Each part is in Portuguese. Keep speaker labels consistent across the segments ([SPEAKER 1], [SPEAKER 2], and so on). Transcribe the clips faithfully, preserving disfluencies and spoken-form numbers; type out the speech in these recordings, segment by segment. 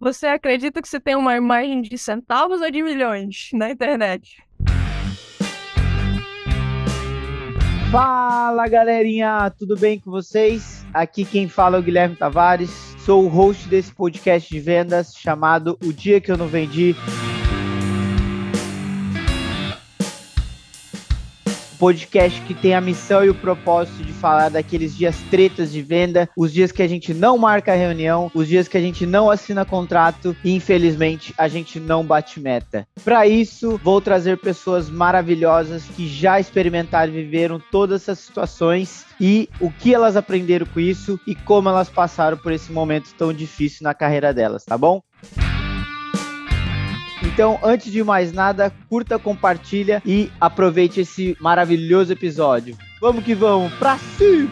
[SPEAKER 1] Você acredita que você tem uma imagem de centavos ou de milhões na internet?
[SPEAKER 2] Fala, galerinha, tudo bem com vocês? Aqui quem fala é o Guilherme Tavares, sou o host desse podcast de vendas chamado O Dia Que Eu Não Vendi. Podcast que tem a missão e o propósito de falar daqueles dias tretas de venda, os dias que a gente não marca a reunião, os dias que a gente não assina contrato e infelizmente a gente não bate meta. Para isso, vou trazer pessoas maravilhosas que já experimentaram e viveram todas essas situações e o que elas aprenderam com isso e como elas passaram por esse momento tão difícil na carreira delas, tá bom? Então, antes de mais nada, curta, compartilha e aproveite esse maravilhoso episódio. Vamos que vamos, pra cima!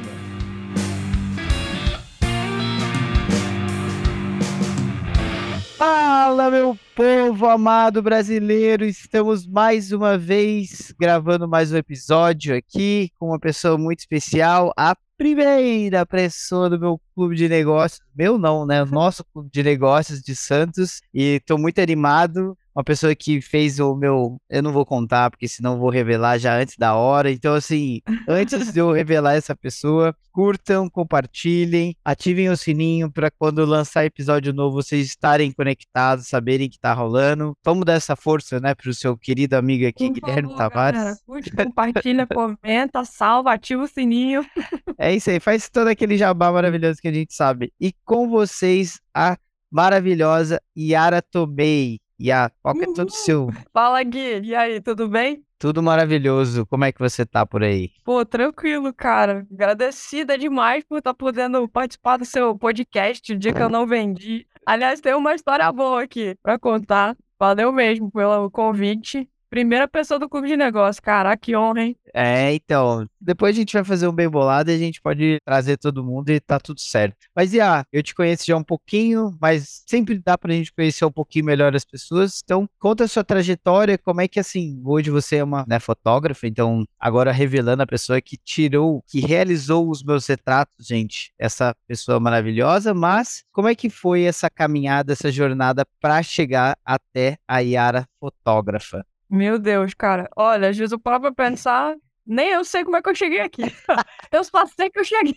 [SPEAKER 2] Fala, meu povo amado brasileiro! Estamos mais uma vez gravando mais um episódio aqui com uma pessoa muito especial, a primeira pessoa do meu clube de negócios, meu não, né? O nosso clube de negócios de Santos, e estou muito animado. Uma pessoa que fez o meu... Eu não vou contar, porque senão eu vou revelar já antes da hora. Então, assim, antes de eu revelar essa pessoa, curtam, compartilhem, ativem o sininho para quando lançar episódio novo, vocês estarem conectados, saberem que tá rolando. Vamos dar essa força, né, pro seu querido amigo aqui,
[SPEAKER 1] Por
[SPEAKER 2] Guilherme
[SPEAKER 1] favor,
[SPEAKER 2] Tavares.
[SPEAKER 1] galera, curte, compartilha, comenta, salva, ativa o sininho.
[SPEAKER 2] É isso aí, faz todo aquele jabá maravilhoso que a gente sabe. E com vocês, a maravilhosa Yara Tomei. Yara, qual que é todo o seu?
[SPEAKER 1] Fala, Gui, e aí, tudo bem?
[SPEAKER 2] Tudo maravilhoso, como é que você tá por aí?
[SPEAKER 1] Pô, tranquilo, cara. Agradecida demais por estar podendo participar do seu podcast, o dia que eu não vendi. Aliás, tem uma história boa aqui pra contar. Valeu mesmo pelo convite. Primeira pessoa do clube de negócio, caraca, que honra, hein?
[SPEAKER 2] É, então, depois a gente vai fazer um bem bolado e a gente pode trazer todo mundo e tá tudo certo. Mas, Iá, eu te conheço já um pouquinho, mas sempre dá pra gente conhecer um pouquinho melhor as pessoas. Então, conta a sua trajetória, como é que, assim, hoje você é uma, né, fotógrafa, então, agora revelando a pessoa que tirou, que realizou os meus retratos, gente, essa pessoa maravilhosa, mas como é que foi essa caminhada, essa jornada pra chegar até a Yara fotógrafa?
[SPEAKER 1] Meu Deus, cara. Olha, às vezes eu paro pra pensar, nem eu sei como é que eu cheguei aqui. Eu só sei que eu cheguei.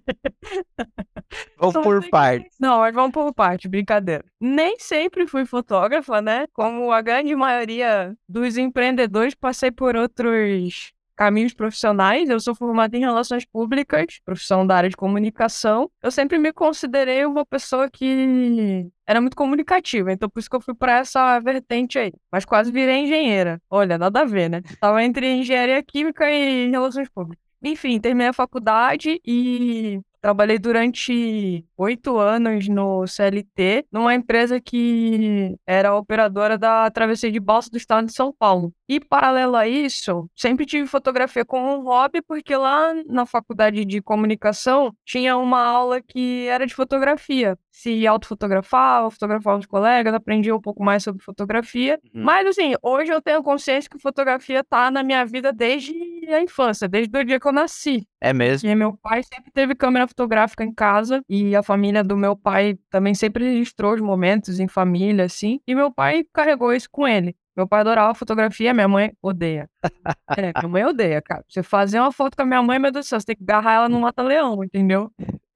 [SPEAKER 2] Vamos
[SPEAKER 1] Só
[SPEAKER 2] por
[SPEAKER 1] sei que eu
[SPEAKER 2] partes.
[SPEAKER 1] cheguei. Não, mas vamos por parte, brincadeira. Nem sempre fui fotógrafa, né? Como a grande maioria dos empreendedores, passei por outros caminhos profissionais. Eu sou formada em relações públicas, profissão da área de comunicação. Eu sempre me considerei uma pessoa que era muito comunicativa, então por isso que eu fui para essa vertente aí. Mas quase virei engenheira. Olha, nada a ver, né? Tava entre engenharia química e relações públicas. Enfim, terminei a faculdade e trabalhei durante oito anos no C L T, numa empresa que era operadora da travessia de balsa do estado de São Paulo. E, paralelo a isso, sempre tive fotografia como um hobby, porque lá na faculdade de comunicação tinha uma aula que era de fotografia. Se autofotografava, fotografava os colegas, aprendia um pouco mais sobre fotografia.
[SPEAKER 2] Uhum.
[SPEAKER 1] Mas, assim, hoje eu tenho consciência que fotografia tá na minha vida desde a infância, desde o dia que eu nasci.
[SPEAKER 2] É mesmo?
[SPEAKER 1] E meu pai sempre teve câmera fotográfica em casa e a família do meu pai também sempre registrou os momentos em família, assim. E meu pai carregou isso com ele. Meu pai adorava fotografia, minha mãe odeia. É, minha mãe odeia, cara. Você fazer uma foto com a minha mãe, meu Deus do céu, você tem que agarrar ela no mata-leão, entendeu?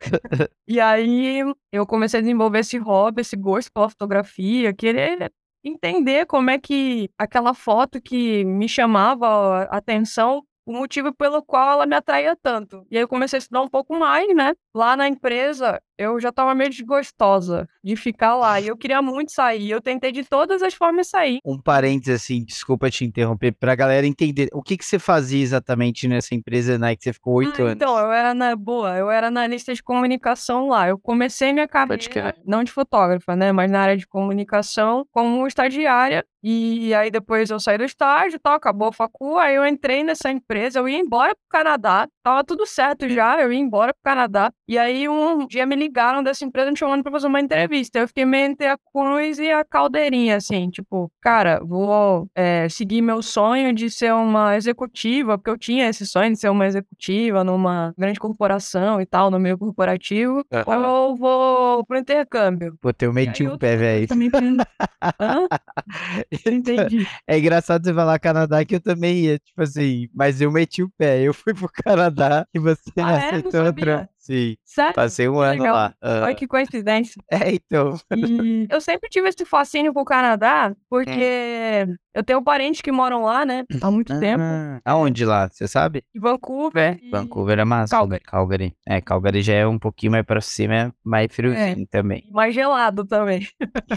[SPEAKER 1] E aí eu comecei a desenvolver esse hobby, esse gosto pela fotografia, querer entender como é que aquela foto que me chamava a atenção, o motivo pelo qual ela me atraía tanto. E aí eu comecei a estudar um pouco mais, né? Lá na empresa, eu já estava meio desgostosa de ficar lá. E eu queria muito sair. Eu tentei de todas as formas sair.
[SPEAKER 2] Um parênteses assim, desculpa te interromper, pra galera entender, o que que você fazia exatamente nessa empresa, né, que você ficou oito
[SPEAKER 1] Ah,
[SPEAKER 2] anos?
[SPEAKER 1] então, eu era na boa, eu era analista de comunicação lá. Eu comecei minha carreira, não de fotógrafa, né, mas na área de comunicação, como estagiária. E aí depois eu saí do estágio, tal, acabou a facul, aí eu entrei nessa empresa, eu ia embora pro Canadá, tava tudo certo já, eu ia embora pro Canadá. E aí um dia me ligaram dessa empresa me chamando pra fazer uma entrevista. Eu fiquei meio entre a cruz e a caldeirinha, assim, tipo, cara, vou é, seguir meu sonho de ser uma executiva, porque eu tinha esse sonho de ser uma executiva numa grande corporação e tal, no meio corporativo,
[SPEAKER 2] Aham.
[SPEAKER 1] ou vou pro intercâmbio.
[SPEAKER 2] Pô, eu
[SPEAKER 1] E
[SPEAKER 2] meti
[SPEAKER 1] aí
[SPEAKER 2] o
[SPEAKER 1] outros
[SPEAKER 2] pé,
[SPEAKER 1] fatores
[SPEAKER 2] velho.
[SPEAKER 1] também... pre- Hã? Não
[SPEAKER 2] Então,
[SPEAKER 1] entendi.
[SPEAKER 2] é engraçado você falar Canadá que eu também ia, tipo assim, mas eu meti o pé. Eu fui pro Canadá e você
[SPEAKER 1] Ah, é? Não
[SPEAKER 2] aceitou o trampo.
[SPEAKER 1] sabia.
[SPEAKER 2] Sim,
[SPEAKER 1] Sério?
[SPEAKER 2] passei um
[SPEAKER 1] Que
[SPEAKER 2] ano
[SPEAKER 1] legal.
[SPEAKER 2] lá.
[SPEAKER 1] Olha
[SPEAKER 2] Aham.
[SPEAKER 1] que coincidência.
[SPEAKER 2] É, então.
[SPEAKER 1] E eu sempre tive esse fascínio com o Canadá,
[SPEAKER 2] Hum.
[SPEAKER 1] porque eu tenho parentes que moram lá, né, há muito tempo.
[SPEAKER 2] Ah,
[SPEAKER 1] É,
[SPEAKER 2] aonde lá? Você sabe?
[SPEAKER 1] em Vancouver
[SPEAKER 2] Vancouver é
[SPEAKER 1] e
[SPEAKER 2] massa, né?
[SPEAKER 1] Calgary.
[SPEAKER 2] Calgary. É, Calgary já é um pouquinho mais pra cima, é mais
[SPEAKER 1] É,
[SPEAKER 2] friozinho também.
[SPEAKER 1] e mais gelado também.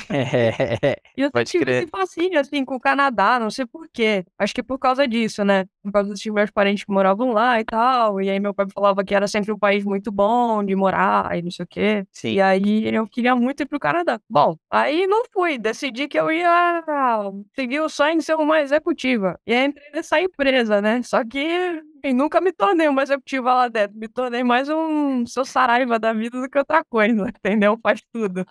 [SPEAKER 2] É,
[SPEAKER 1] E eu sempre
[SPEAKER 2] pode
[SPEAKER 1] tive esse
[SPEAKER 2] crer.
[SPEAKER 1] fascínio, assim, com o Canadá, não sei por quê. Acho que por causa disso, né? Por causa dos meus parentes que moravam lá e tal. E aí meu pai falava que era sempre um país muito bom de morar e não sei o quê.
[SPEAKER 2] Sim.
[SPEAKER 1] E aí eu queria muito ir pro Canadá. Bom, aí não fui. Decidi que eu ia seguir o sonho de ser uma executiva. E aí entrei nessa empresa, né? Só que e nunca me tornei uma executiva lá dentro. Me tornei mais um seu Saraiva da vida do que outra coisa, entendeu? Faz tudo.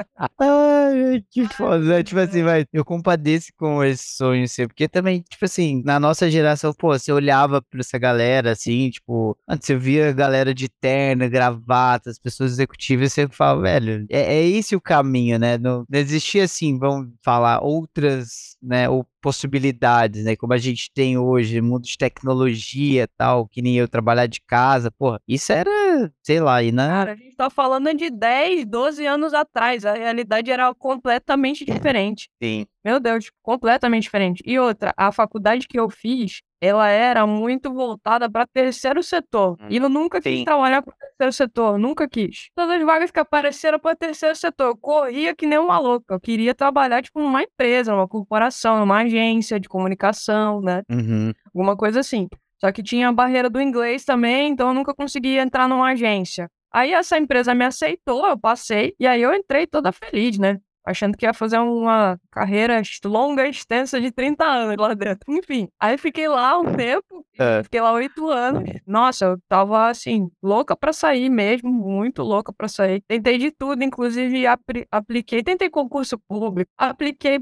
[SPEAKER 2] Ai, que
[SPEAKER 1] Ai,
[SPEAKER 2] foda.
[SPEAKER 1] meu
[SPEAKER 2] Tipo assim,
[SPEAKER 1] Deus.
[SPEAKER 2] vai, eu compadeço com esse sonho seu, porque também, tipo assim, na nossa geração, pô, você olhava pra essa galera, assim, tipo, antes você via a galera de terno, gravata, as pessoas executivas, você fala, velho, é, é esse o caminho, né? Não, não existia, assim, vamos falar, outras, né, ou possibilidades, né? Como a gente tem hoje, mundo de tecnologia e tal, que nem eu trabalhar de casa, porra, isso era, sei lá, e na.
[SPEAKER 1] Cara, a gente tá falando de dez, doze anos atrás. A realidade era completamente diferente.
[SPEAKER 2] Sim.
[SPEAKER 1] Meu Deus, completamente diferente. E outra, a faculdade que eu fiz, ela era muito voltada para terceiro setor. E eu nunca quis
[SPEAKER 2] Sim.
[SPEAKER 1] trabalhar para terceiro setor, nunca quis. Todas as vagas que apareceram para terceiro setor, eu corria que nem uma louca. Eu queria trabalhar tipo numa empresa, numa corporação, numa agência de comunicação, né?
[SPEAKER 2] Uhum.
[SPEAKER 1] Alguma coisa assim. Só que tinha a barreira do inglês também, então eu nunca conseguia entrar numa agência. Aí essa empresa me aceitou, eu passei, e aí eu entrei toda feliz, né? Achando que ia fazer uma carreira longa, extensa de trinta anos lá dentro. Enfim, aí fiquei lá um tempo,
[SPEAKER 2] É.
[SPEAKER 1] fiquei lá oito anos. Nossa, eu tava assim, louca pra sair mesmo, muito louca pra sair. Tentei de tudo, inclusive apri- apliquei, tentei concurso público, apliquei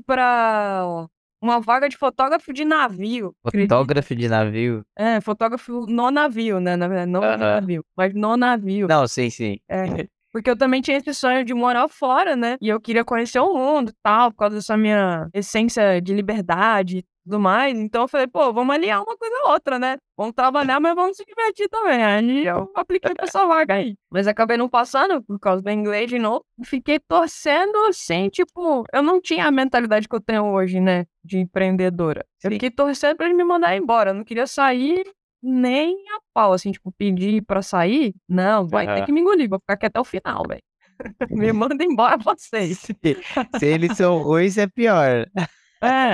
[SPEAKER 1] pra uma vaga de fotógrafo de navio, acredita?
[SPEAKER 2] Fotógrafo de navio?
[SPEAKER 1] É, fotógrafo no navio, né? Na verdade, não de
[SPEAKER 2] Aham.
[SPEAKER 1] navio, mas no navio.
[SPEAKER 2] Não, sim, sim.
[SPEAKER 1] É, porque eu também tinha esse sonho de morar fora, né? E eu queria conhecer o mundo e tal, por causa dessa minha essência de liberdade e tudo mais. Então eu falei, pô, vamos aliar uma coisa a outra, né? Vamos trabalhar, mas vamos se divertir também. Aí eu apliquei pra essa vaga aí. Mas acabei não passando por causa do inglês de novo. Fiquei torcendo assim, tipo, eu não tinha a mentalidade que eu tenho hoje, né? De empreendedora. Eu
[SPEAKER 2] Sim.
[SPEAKER 1] fiquei torcendo pra eles me mandarem embora. Eu não queria sair nem a pau, assim, tipo, pedir pra sair. Não, vai ter
[SPEAKER 2] Aham.
[SPEAKER 1] que me engolir, vou ficar aqui até o final, velho. Me manda embora vocês.
[SPEAKER 2] Se, se eles são ruins, é pior.
[SPEAKER 1] É.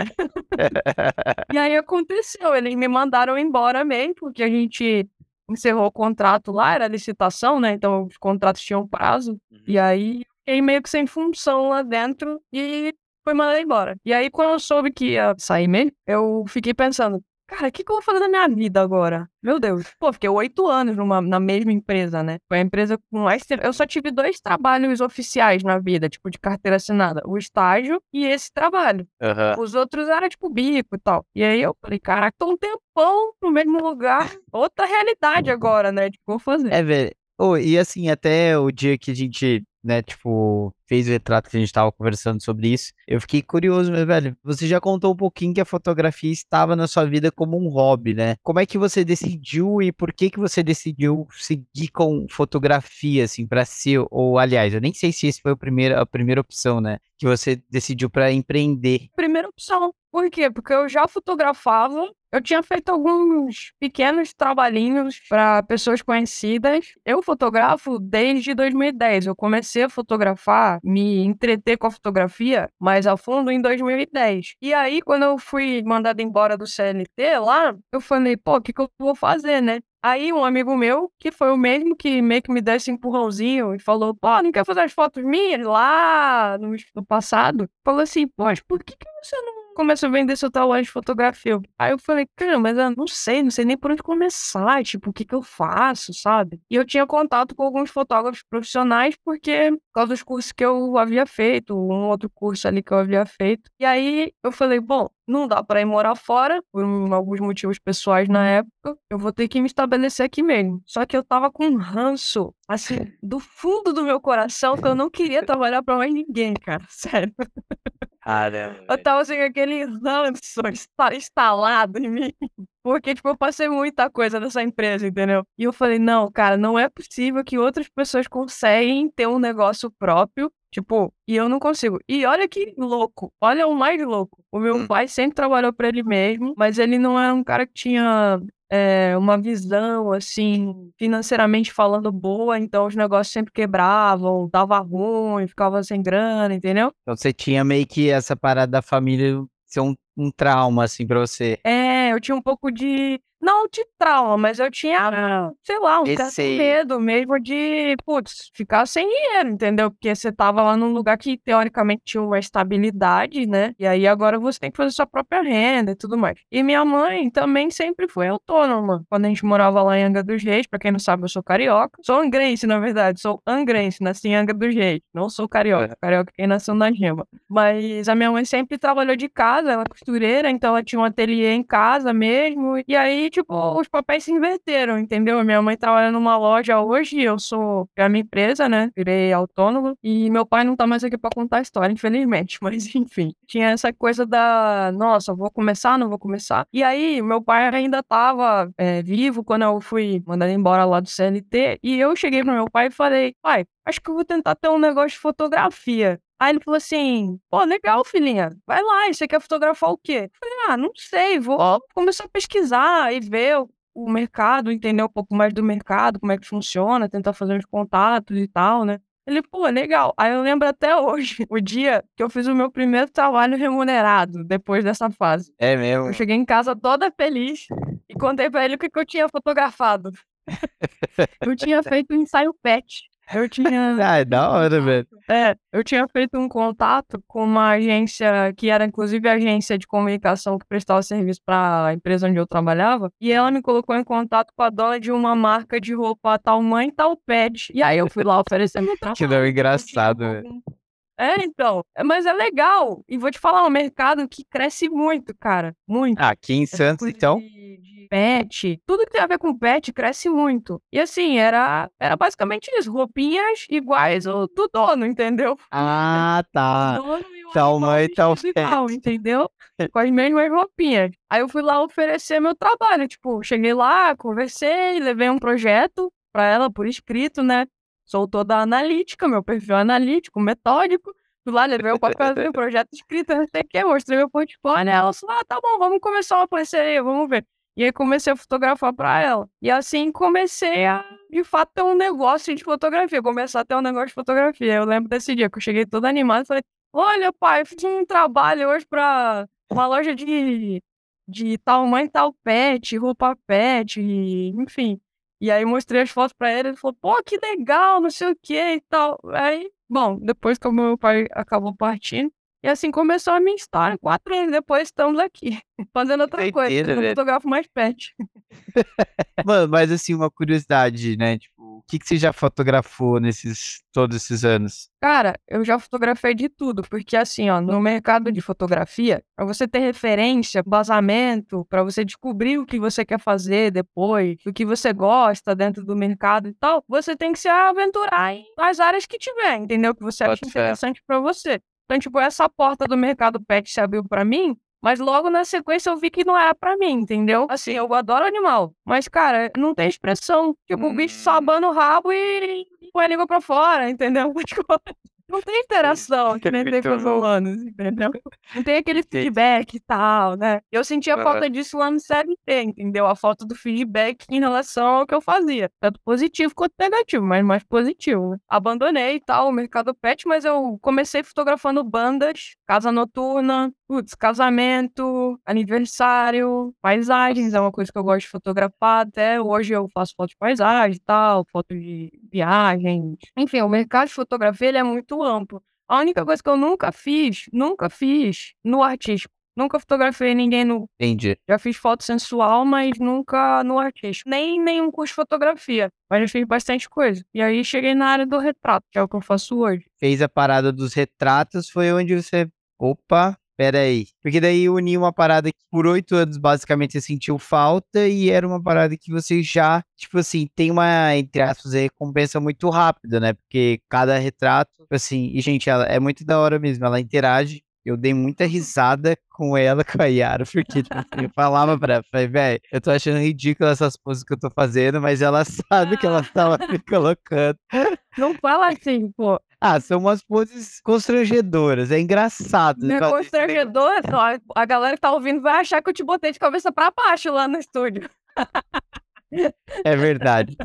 [SPEAKER 1] E aí aconteceu, eles me mandaram embora mesmo, porque a gente encerrou o contrato lá, era licitação, né? Então os contratos tinham prazo. E aí fiquei meio que sem função lá dentro e foi mandado embora. E aí, quando eu soube que ia sair mesmo, eu fiquei pensando, cara, o que, que eu vou fazer da minha vida agora? Meu Deus. Pô, fiquei oito anos numa, na mesma empresa, né? Foi a empresa com mais tempo. Eu só tive dois trabalhos oficiais na vida, tipo, de carteira assinada. O estágio e esse trabalho.
[SPEAKER 2] Aham.
[SPEAKER 1] Os outros eram, tipo, bico e tal. E aí eu falei, caraca, tô um tempão no mesmo lugar. Outra realidade agora, né? Tipo, vou fazer.
[SPEAKER 2] É, velho. Ô, e assim, até o dia que a gente, né, tipo, fez o retrato que a gente tava conversando sobre isso, eu fiquei curioso, meu velho. Você já contou um pouquinho que a fotografia estava na sua vida como um hobby, né? Como é que você decidiu e por que que você decidiu seguir com fotografia, assim, pra ser, ou aliás, eu nem sei se esse foi o primeiro, a primeira opção, né? Que você decidiu pra empreender.
[SPEAKER 1] Primeira opção. Por quê? Porque eu já fotografava, eu tinha feito alguns pequenos trabalhinhos para pessoas conhecidas. Eu fotografo desde dois mil e dez. Eu comecei a fotografar, me entreter com a fotografia mais a fundo em dois mil e dez. E aí, quando eu fui mandada embora do C L T lá, eu falei, pô, o que que eu vou fazer, né? Aí um amigo meu, que foi o mesmo que meio que me deu esse empurrãozinho e falou, pô, não quer fazer as fotos minhas lá no, no passado? Falou assim, pô, mas por que que você não começa a vender seu trabalho de fotografia? Aí eu falei, cara, mas eu não sei, não sei nem por onde começar, tipo, o que que eu faço, sabe? E eu tinha contato com alguns fotógrafos profissionais porque, por causa dos cursos que eu havia feito, um outro curso ali que eu havia feito. E aí eu falei, bom, não dá pra ir morar fora, por um- alguns motivos pessoais na época, eu vou ter que me estabelecer aqui mesmo. Só que eu tava com um ranço, assim, do fundo do meu coração, que eu não queria trabalhar pra mais ninguém, cara, sério.
[SPEAKER 2] Caramba,
[SPEAKER 1] Eu
[SPEAKER 2] velho.
[SPEAKER 1] tava assim, com aquele ranço insta- instalado em mim. Porque, tipo, eu passei muita coisa nessa empresa, entendeu? E eu falei, não, cara, não é possível que outras pessoas conseguem ter um negócio próprio, tipo, e eu não consigo. E olha que louco, olha o mais louco. O meu
[SPEAKER 2] Hum.
[SPEAKER 1] pai sempre trabalhou pra ele mesmo, mas ele não era um cara que tinha é, uma visão, assim, financeiramente falando boa, então os negócios sempre quebravam, dava ruim, ficava sem grana, entendeu?
[SPEAKER 2] Então você tinha meio que essa parada da família ser um, um trauma, assim, pra você.
[SPEAKER 1] É, eu tinha um pouco de, não de trauma, mas eu tinha, sei lá, um certo
[SPEAKER 2] Receio.
[SPEAKER 1] medo mesmo de, putz, ficar sem dinheiro, entendeu? Porque você tava lá num lugar que teoricamente tinha uma estabilidade, né? E aí agora você tem que fazer sua própria renda e tudo mais. E minha mãe também sempre foi autônoma. Quando a gente morava lá em Angra dos Reis, pra quem não sabe, eu sou carioca. Sou angrense, na verdade, sou angrense, nasci em Angra dos Reis. Não sou carioca. Carioca é quem nasceu na Gema. Mas a minha mãe sempre trabalhou de casa, ela é costureira, então ela tinha um ateliê em casa mesmo. E aí, tipo, os papéis se inverteram, entendeu? Minha mãe trabalha numa loja hoje, eu sou é a minha empresa, né? Virei autônomo. E meu pai não tá mais aqui pra contar a história, infelizmente. Mas enfim, tinha essa coisa da, nossa, vou começar, não vou começar. E aí, meu pai ainda tava é, vivo quando eu fui mandado embora lá do C L T. E eu cheguei pro meu pai e falei, pai, acho que eu vou tentar ter um negócio de fotografia. Aí ele falou assim, pô, legal, filhinha, vai lá, e você quer fotografar o quê? Eu falei, ah, não sei, vou começar a pesquisar e ver o, o mercado, entender um pouco mais do mercado, como é que funciona, tentar fazer uns contatos e tal, né? Ele, pô, legal. Aí eu lembro até hoje, o dia que eu fiz o meu primeiro trabalho remunerado, depois dessa fase.
[SPEAKER 2] É
[SPEAKER 1] Eu
[SPEAKER 2] mesmo?
[SPEAKER 1] cheguei em casa toda feliz e contei pra ele o que que eu tinha fotografado. Eu tinha feito um ensaio pet. Eu tinha
[SPEAKER 2] Ah, é
[SPEAKER 1] feito um
[SPEAKER 2] da hora,
[SPEAKER 1] contato.
[SPEAKER 2] velho.
[SPEAKER 1] É, eu tinha feito um contato com uma agência que era inclusive a agência de comunicação que prestava serviço para a empresa onde eu trabalhava, e ela me colocou em contato com a dona de uma marca de roupa tal mãe, tal pet. E aí eu fui lá oferecer meu
[SPEAKER 2] Que não é
[SPEAKER 1] trabalho, porque eu tinha
[SPEAKER 2] engraçado, velho.
[SPEAKER 1] algum. É, então, é, mas é legal. E vou te falar, é um mercado que cresce muito, cara, muito.
[SPEAKER 2] Ah, aqui em
[SPEAKER 1] Essa
[SPEAKER 2] Santos,
[SPEAKER 1] coisa
[SPEAKER 2] então.
[SPEAKER 1] de, de pet, tudo que tem a ver com pet cresce muito. E assim, era, era basicamente isso, roupinhas iguais ao do dono, entendeu?
[SPEAKER 2] Ah,
[SPEAKER 1] O
[SPEAKER 2] tá.
[SPEAKER 1] dono e o
[SPEAKER 2] Tal
[SPEAKER 1] animal
[SPEAKER 2] mãe, tal
[SPEAKER 1] vestido
[SPEAKER 2] pet.
[SPEAKER 1] igual, entendeu? Com as mesmas roupinhas. Aí eu fui lá oferecer meu trabalho, tipo, cheguei lá, conversei, levei um projeto pra ela por escrito, né? Sou toda analítica, meu perfil é analítico, metódico. Fui lá, levei o papelzinho, o projeto escrito, não sei o que, mostrei meu portfólio. Ela falou, ah, tá bom, vamos começar uma parceria, vamos ver. E aí comecei a fotografar pra ela. E assim comecei a, de fato, ter um negócio de fotografia. Começar a ter um negócio de fotografia. Eu lembro desse dia que eu cheguei toda animada e falei, olha, pai, fiz um trabalho hoje pra uma loja de, de tal mãe, tal pet, roupa pet, e, enfim. E aí mostrei as fotos pra ele, ele falou, pô, que legal, não sei o que e tal. Aí, bom, depois que o meu pai acabou partindo, e assim começou a minha história. Quatro anos depois estamos aqui, fazendo
[SPEAKER 2] Que
[SPEAKER 1] outra coisa,
[SPEAKER 2] doideira,
[SPEAKER 1] eu não
[SPEAKER 2] velho.
[SPEAKER 1] fotografo mais pet.
[SPEAKER 2] Mano, mas assim, uma curiosidade, né? Tipo, o que que você já fotografou nesses todos esses anos?
[SPEAKER 1] Cara, eu já fotografei de tudo, porque assim, ó, no mercado de fotografia, para você ter referência, embasamento, para você descobrir o que você quer fazer depois, o que você gosta dentro do mercado e tal, você tem que se aventurar em as áreas que tiver, entendeu? Que você acha
[SPEAKER 2] Boto fé.
[SPEAKER 1] interessante para você. Então, tipo, essa porta do mercado pet se abriu para mim, mas logo na sequência eu vi que não era pra mim, entendeu? Assim, eu adoro animal, mas, cara, não tem expressão. Tipo, o bicho só
[SPEAKER 2] Hum.
[SPEAKER 1] abana o rabo e põe a língua pra fora, entendeu? Tipo, não tem interação que nem tem
[SPEAKER 2] Muito
[SPEAKER 1] com os
[SPEAKER 2] bom.
[SPEAKER 1] humanos, entendeu? Não tem aquele
[SPEAKER 2] Entendi.
[SPEAKER 1] feedback e tal, né? Eu sentia
[SPEAKER 2] Aham.
[SPEAKER 1] falta disso lá no C L T, entendeu? A falta do feedback em relação ao que eu fazia. Tanto positivo quanto negativo, mas mais positivo, né? Abandonei e tal o mercado pet, mas eu comecei fotografando bandas, casa noturna, putz, casamento, aniversário, paisagens, é uma coisa que eu gosto de fotografar. Até hoje eu faço foto de paisagem e tal, foto de viagens. Enfim, o mercado de fotografia ele é muito amplo. A única coisa que eu nunca fiz, nunca fiz no artístico. Nunca fotografei ninguém nu.
[SPEAKER 2] Entendi.
[SPEAKER 1] Já fiz foto sensual, mas nunca no artístico. Nem nenhum curso de fotografia. Mas já fiz bastante coisa. E aí cheguei na área do retrato, que é o que eu faço hoje.
[SPEAKER 2] Fez a parada dos retratos, foi onde você... Opa, pera aí. Porque daí uniu uma parada que por oito anos basicamente você sentiu falta e era uma parada que você já, tipo assim, tem uma, entre aspas, recompensa muito rápida, né? Porque cada retrato, tipo assim, e gente, ela é muito da hora mesmo, ela interage. Eu dei muita risada com ela, com a Yara, porque tipo, assim, eu falava pra ela, falei, velho, eu tô achando ridículo essas poses que eu tô fazendo, mas ela sabe que ela tava me colocando.
[SPEAKER 1] Não fala assim, pô.
[SPEAKER 2] Ah, são umas poses constrangedoras, é engraçado.
[SPEAKER 1] Não é
[SPEAKER 2] Fazer esse negócio.
[SPEAKER 1] constrangedor, só. A galera que tá ouvindo vai achar que eu te botei de cabeça pra baixo lá no estúdio.
[SPEAKER 2] É verdade.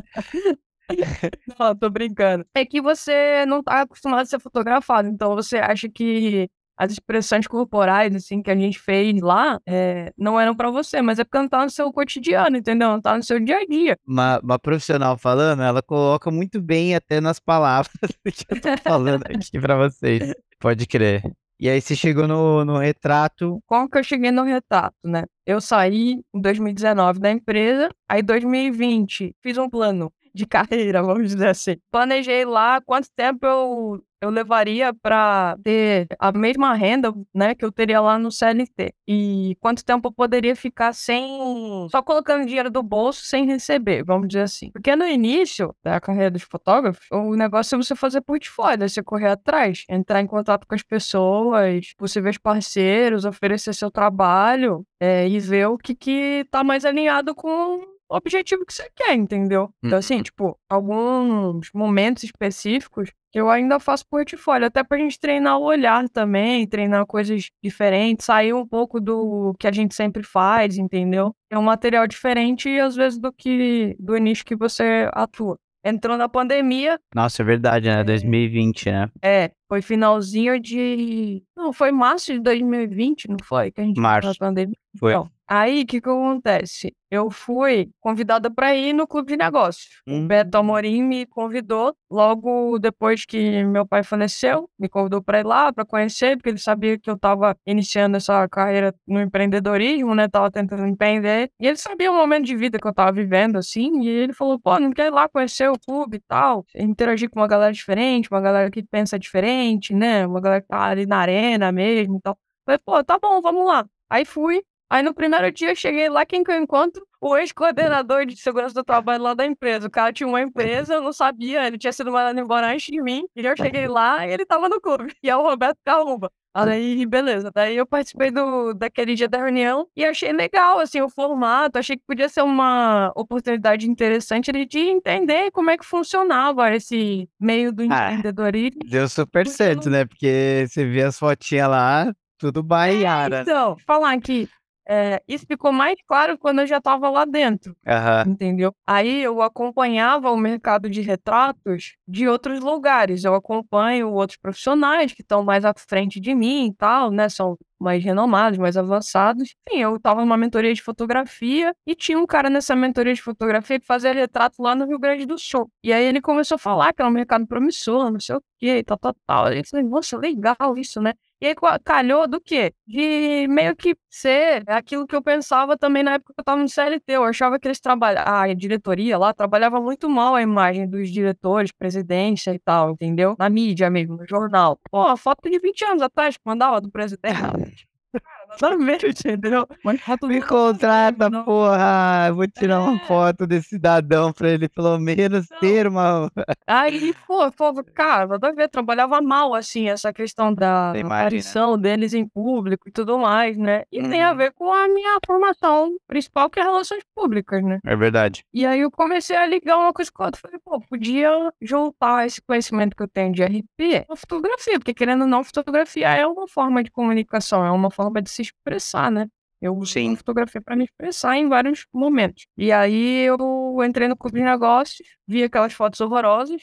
[SPEAKER 1] Não, tô brincando. É que você não tá acostumado a ser fotografado, então você acha que as expressões corporais, assim, que a gente fez lá, é, não eram pra você, mas é porque não tá no seu cotidiano, entendeu? Não tá no seu dia a dia.
[SPEAKER 2] Uma, uma profissional falando, ela coloca muito bem até nas palavras que eu tô falando aqui pra vocês. Pode crer. E aí você chegou no, no retrato.
[SPEAKER 1] Como que eu cheguei no retrato, né? Eu saí em dois mil e dezenove da empresa, aí em dois mil e vinte fiz um plano de carreira, vamos dizer assim. Planejei lá quanto tempo eu, eu levaria para ter a mesma renda, né, que eu teria lá no C L T. E quanto tempo eu poderia ficar sem... só colocando dinheiro do bolso sem receber, vamos dizer assim. Porque no início da carreira dos fotógrafos, o negócio é você fazer portfólio, é você correr atrás, entrar em contato com as pessoas, possíveis parceiros, oferecer seu trabalho, é, e ver o que que tá mais alinhado com o objetivo que você quer, entendeu? Então, assim, tipo, alguns momentos específicos que eu ainda faço portfólio, até pra gente treinar o olhar também, treinar coisas diferentes, sair um pouco do que a gente sempre faz, entendeu? É um material diferente, às vezes, do que do nicho que você atua. Entrou na pandemia.
[SPEAKER 2] Nossa, é verdade, né? dois mil e vinte, né?
[SPEAKER 1] É, foi finalzinho de... Não, foi março de dois mil e vinte, não foi? Que a gente entrou na
[SPEAKER 2] Março.
[SPEAKER 1] pandemia.
[SPEAKER 2] Foi.
[SPEAKER 1] Então, aí, o que que acontece? Eu fui convidada para ir no clube de negócios.
[SPEAKER 2] Hum.
[SPEAKER 1] O Beto Amorim me convidou logo depois que meu pai faleceu. Me convidou para ir lá, para conhecer, porque ele sabia que eu estava iniciando essa carreira no empreendedorismo, né? Tava tentando empreender. E ele sabia o momento de vida que eu estava vivendo, assim. E ele falou, pô, não quer ir lá conhecer o clube e tal? Interagir com uma galera diferente, uma galera que pensa diferente, né? Uma galera que tá ali na arena mesmo e tal. Falei, pô, tá bom, vamos lá. Aí fui. Aí no primeiro dia eu cheguei lá, quem que eu encontro? O ex-coordenador de segurança do trabalho lá da empresa. O cara tinha uma empresa, eu não sabia, ele tinha sido mandado embora antes de mim. E eu cheguei lá e ele tava no clube. E é o Roberto Calumba. Aí, beleza. Daí eu participei do, daquele dia da reunião e achei legal, assim, o formato. Achei que podia ser uma oportunidade interessante de de entender como é que funcionava esse meio do
[SPEAKER 2] Ah,
[SPEAKER 1] empreendedorismo.
[SPEAKER 2] deu super
[SPEAKER 1] Porque
[SPEAKER 2] certo,
[SPEAKER 1] não-
[SPEAKER 2] né? Porque você vê as fotinhas lá, tudo Baiara.
[SPEAKER 1] Então, falar que é, isso ficou mais claro quando eu já estava lá dentro,
[SPEAKER 2] Aham.
[SPEAKER 1] entendeu? Aí eu acompanhava o mercado de retratos de outros lugares. Eu acompanho outros profissionais que estão mais à frente de mim e tal, né? São mais renomados, mais avançados. Enfim, eu estava numa mentoria de fotografia e tinha um cara nessa mentoria de fotografia que fazia retrato lá no Rio Grande do Sul. E aí ele começou a falar que era um mercado promissor, não sei o quê, e tal, tal, tal. Eu falei, nossa, legal isso, né? E aí qua- calhou do quê? De meio que ser aquilo que eu pensava também na época que eu tava no C L T. Eu achava que eles trabalhavam, a diretoria lá trabalhava muito mal a imagem dos diretores, presidência e tal, entendeu? Na mídia mesmo, no jornal. Pô, a foto de vinte anos atrás que mandava do presidente. Nada a ver, entendeu? Mas foto
[SPEAKER 2] Me
[SPEAKER 1] do-
[SPEAKER 2] contrata,
[SPEAKER 1] não.
[SPEAKER 2] porra! Eu vou tirar uma
[SPEAKER 1] É.
[SPEAKER 2] foto desse cidadão pra ele pelo menos
[SPEAKER 1] Não.
[SPEAKER 2] ter uma.
[SPEAKER 1] Aí, pô, pô, cara, nada a ver, trabalhava mal, assim, essa questão da
[SPEAKER 2] Da imagem, né?
[SPEAKER 1] aparição deles em público e tudo mais, né? E tem a
[SPEAKER 2] Uhum.
[SPEAKER 1] ver com a minha formação principal, que é relações públicas, né?
[SPEAKER 2] É verdade.
[SPEAKER 1] E aí eu comecei a ligar uma coisa com a outra. Falei, pô, podia juntar esse conhecimento que eu tenho de R P com fotografia, porque querendo ou não, fotografia é uma forma de comunicação, é uma forma de se expressar, né? Eu uso
[SPEAKER 2] Sim.
[SPEAKER 1] a fotografia para me expressar em vários momentos. E aí eu entrei no clube de negócios, vi aquelas fotos horrorosas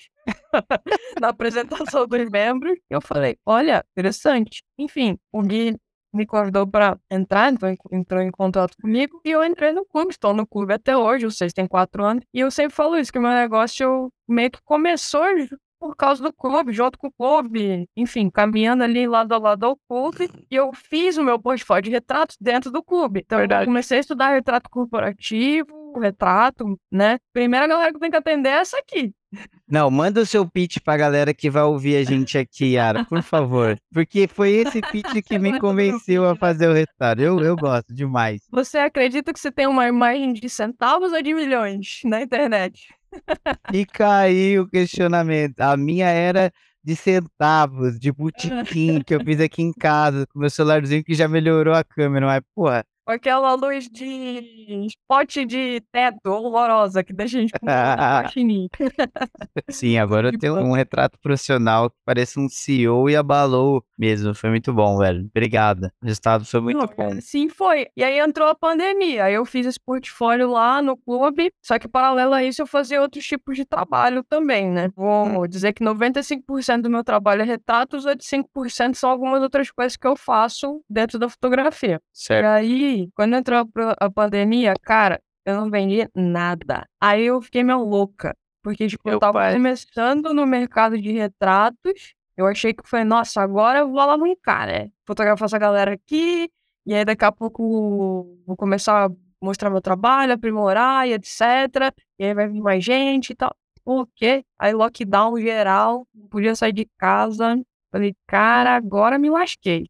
[SPEAKER 1] na apresentação dos membros, e eu falei, olha, interessante. Enfim, o Gui me convidou para entrar, então entrou em contato comigo, e eu entrei no clube, estou no clube até hoje, vocês têm quatro anos, e eu sempre falo isso, que o meu negócio meio que começou por causa do clube, junto com o clube, enfim, caminhando ali lado a lado ao clube, e eu fiz o meu portfólio de retratos dentro do clube. Então,
[SPEAKER 2] Verdade.
[SPEAKER 1] eu comecei a estudar retrato corporativo, retrato, né? Primeira galera que tem que atender é essa aqui.
[SPEAKER 2] Não, manda o seu pitch pra galera que vai ouvir a gente aqui, Yara, por favor. Porque foi esse pitch que me convenceu a fazer o retrato. Eu, eu gosto demais.
[SPEAKER 1] Você acredita que você tem uma imagem de centavos ou de milhões na internet?
[SPEAKER 2] Fica aí o questionamento. A minha era de centavos, de botequim, que eu fiz aqui em casa, com meu celularzinho que já melhorou a câmera. Mas, porra,
[SPEAKER 1] Com aquela luz de pote de teto horrorosa que deixa a gente com uma faxininha.
[SPEAKER 2] sim, agora eu tenho um retrato profissional que parece um C E O e abalou mesmo. Foi muito bom, velho. Obrigado. O resultado foi muito
[SPEAKER 1] Não,
[SPEAKER 2] bom.
[SPEAKER 1] assim foi. E aí entrou a pandemia. Aí eu fiz esse portfólio lá no clube. Só que, paralelo a isso, eu fazia outros tipos de trabalho também, né? Vou dizer que noventa e cinco por cento do meu trabalho é retrato, os outros cinco por cento são algumas outras coisas que eu faço dentro da fotografia. E
[SPEAKER 2] Certo.
[SPEAKER 1] aí, quando entrou a pro- a pandemia, cara, eu não vendi nada. Aí eu fiquei meio louca. Porque, tipo, eu
[SPEAKER 2] Meu
[SPEAKER 1] tava
[SPEAKER 2] pai.
[SPEAKER 1] começando no mercado de retratos. Eu achei que foi, nossa, agora eu vou alavancar, né? Fotografar essa galera aqui. E aí, daqui a pouco, vou começar a mostrar meu trabalho, aprimorar e etcétera. E aí vai vir mais gente e tal. O quê? Aí, lockdown geral, não podia sair de casa. Falei, cara, agora me lasquei.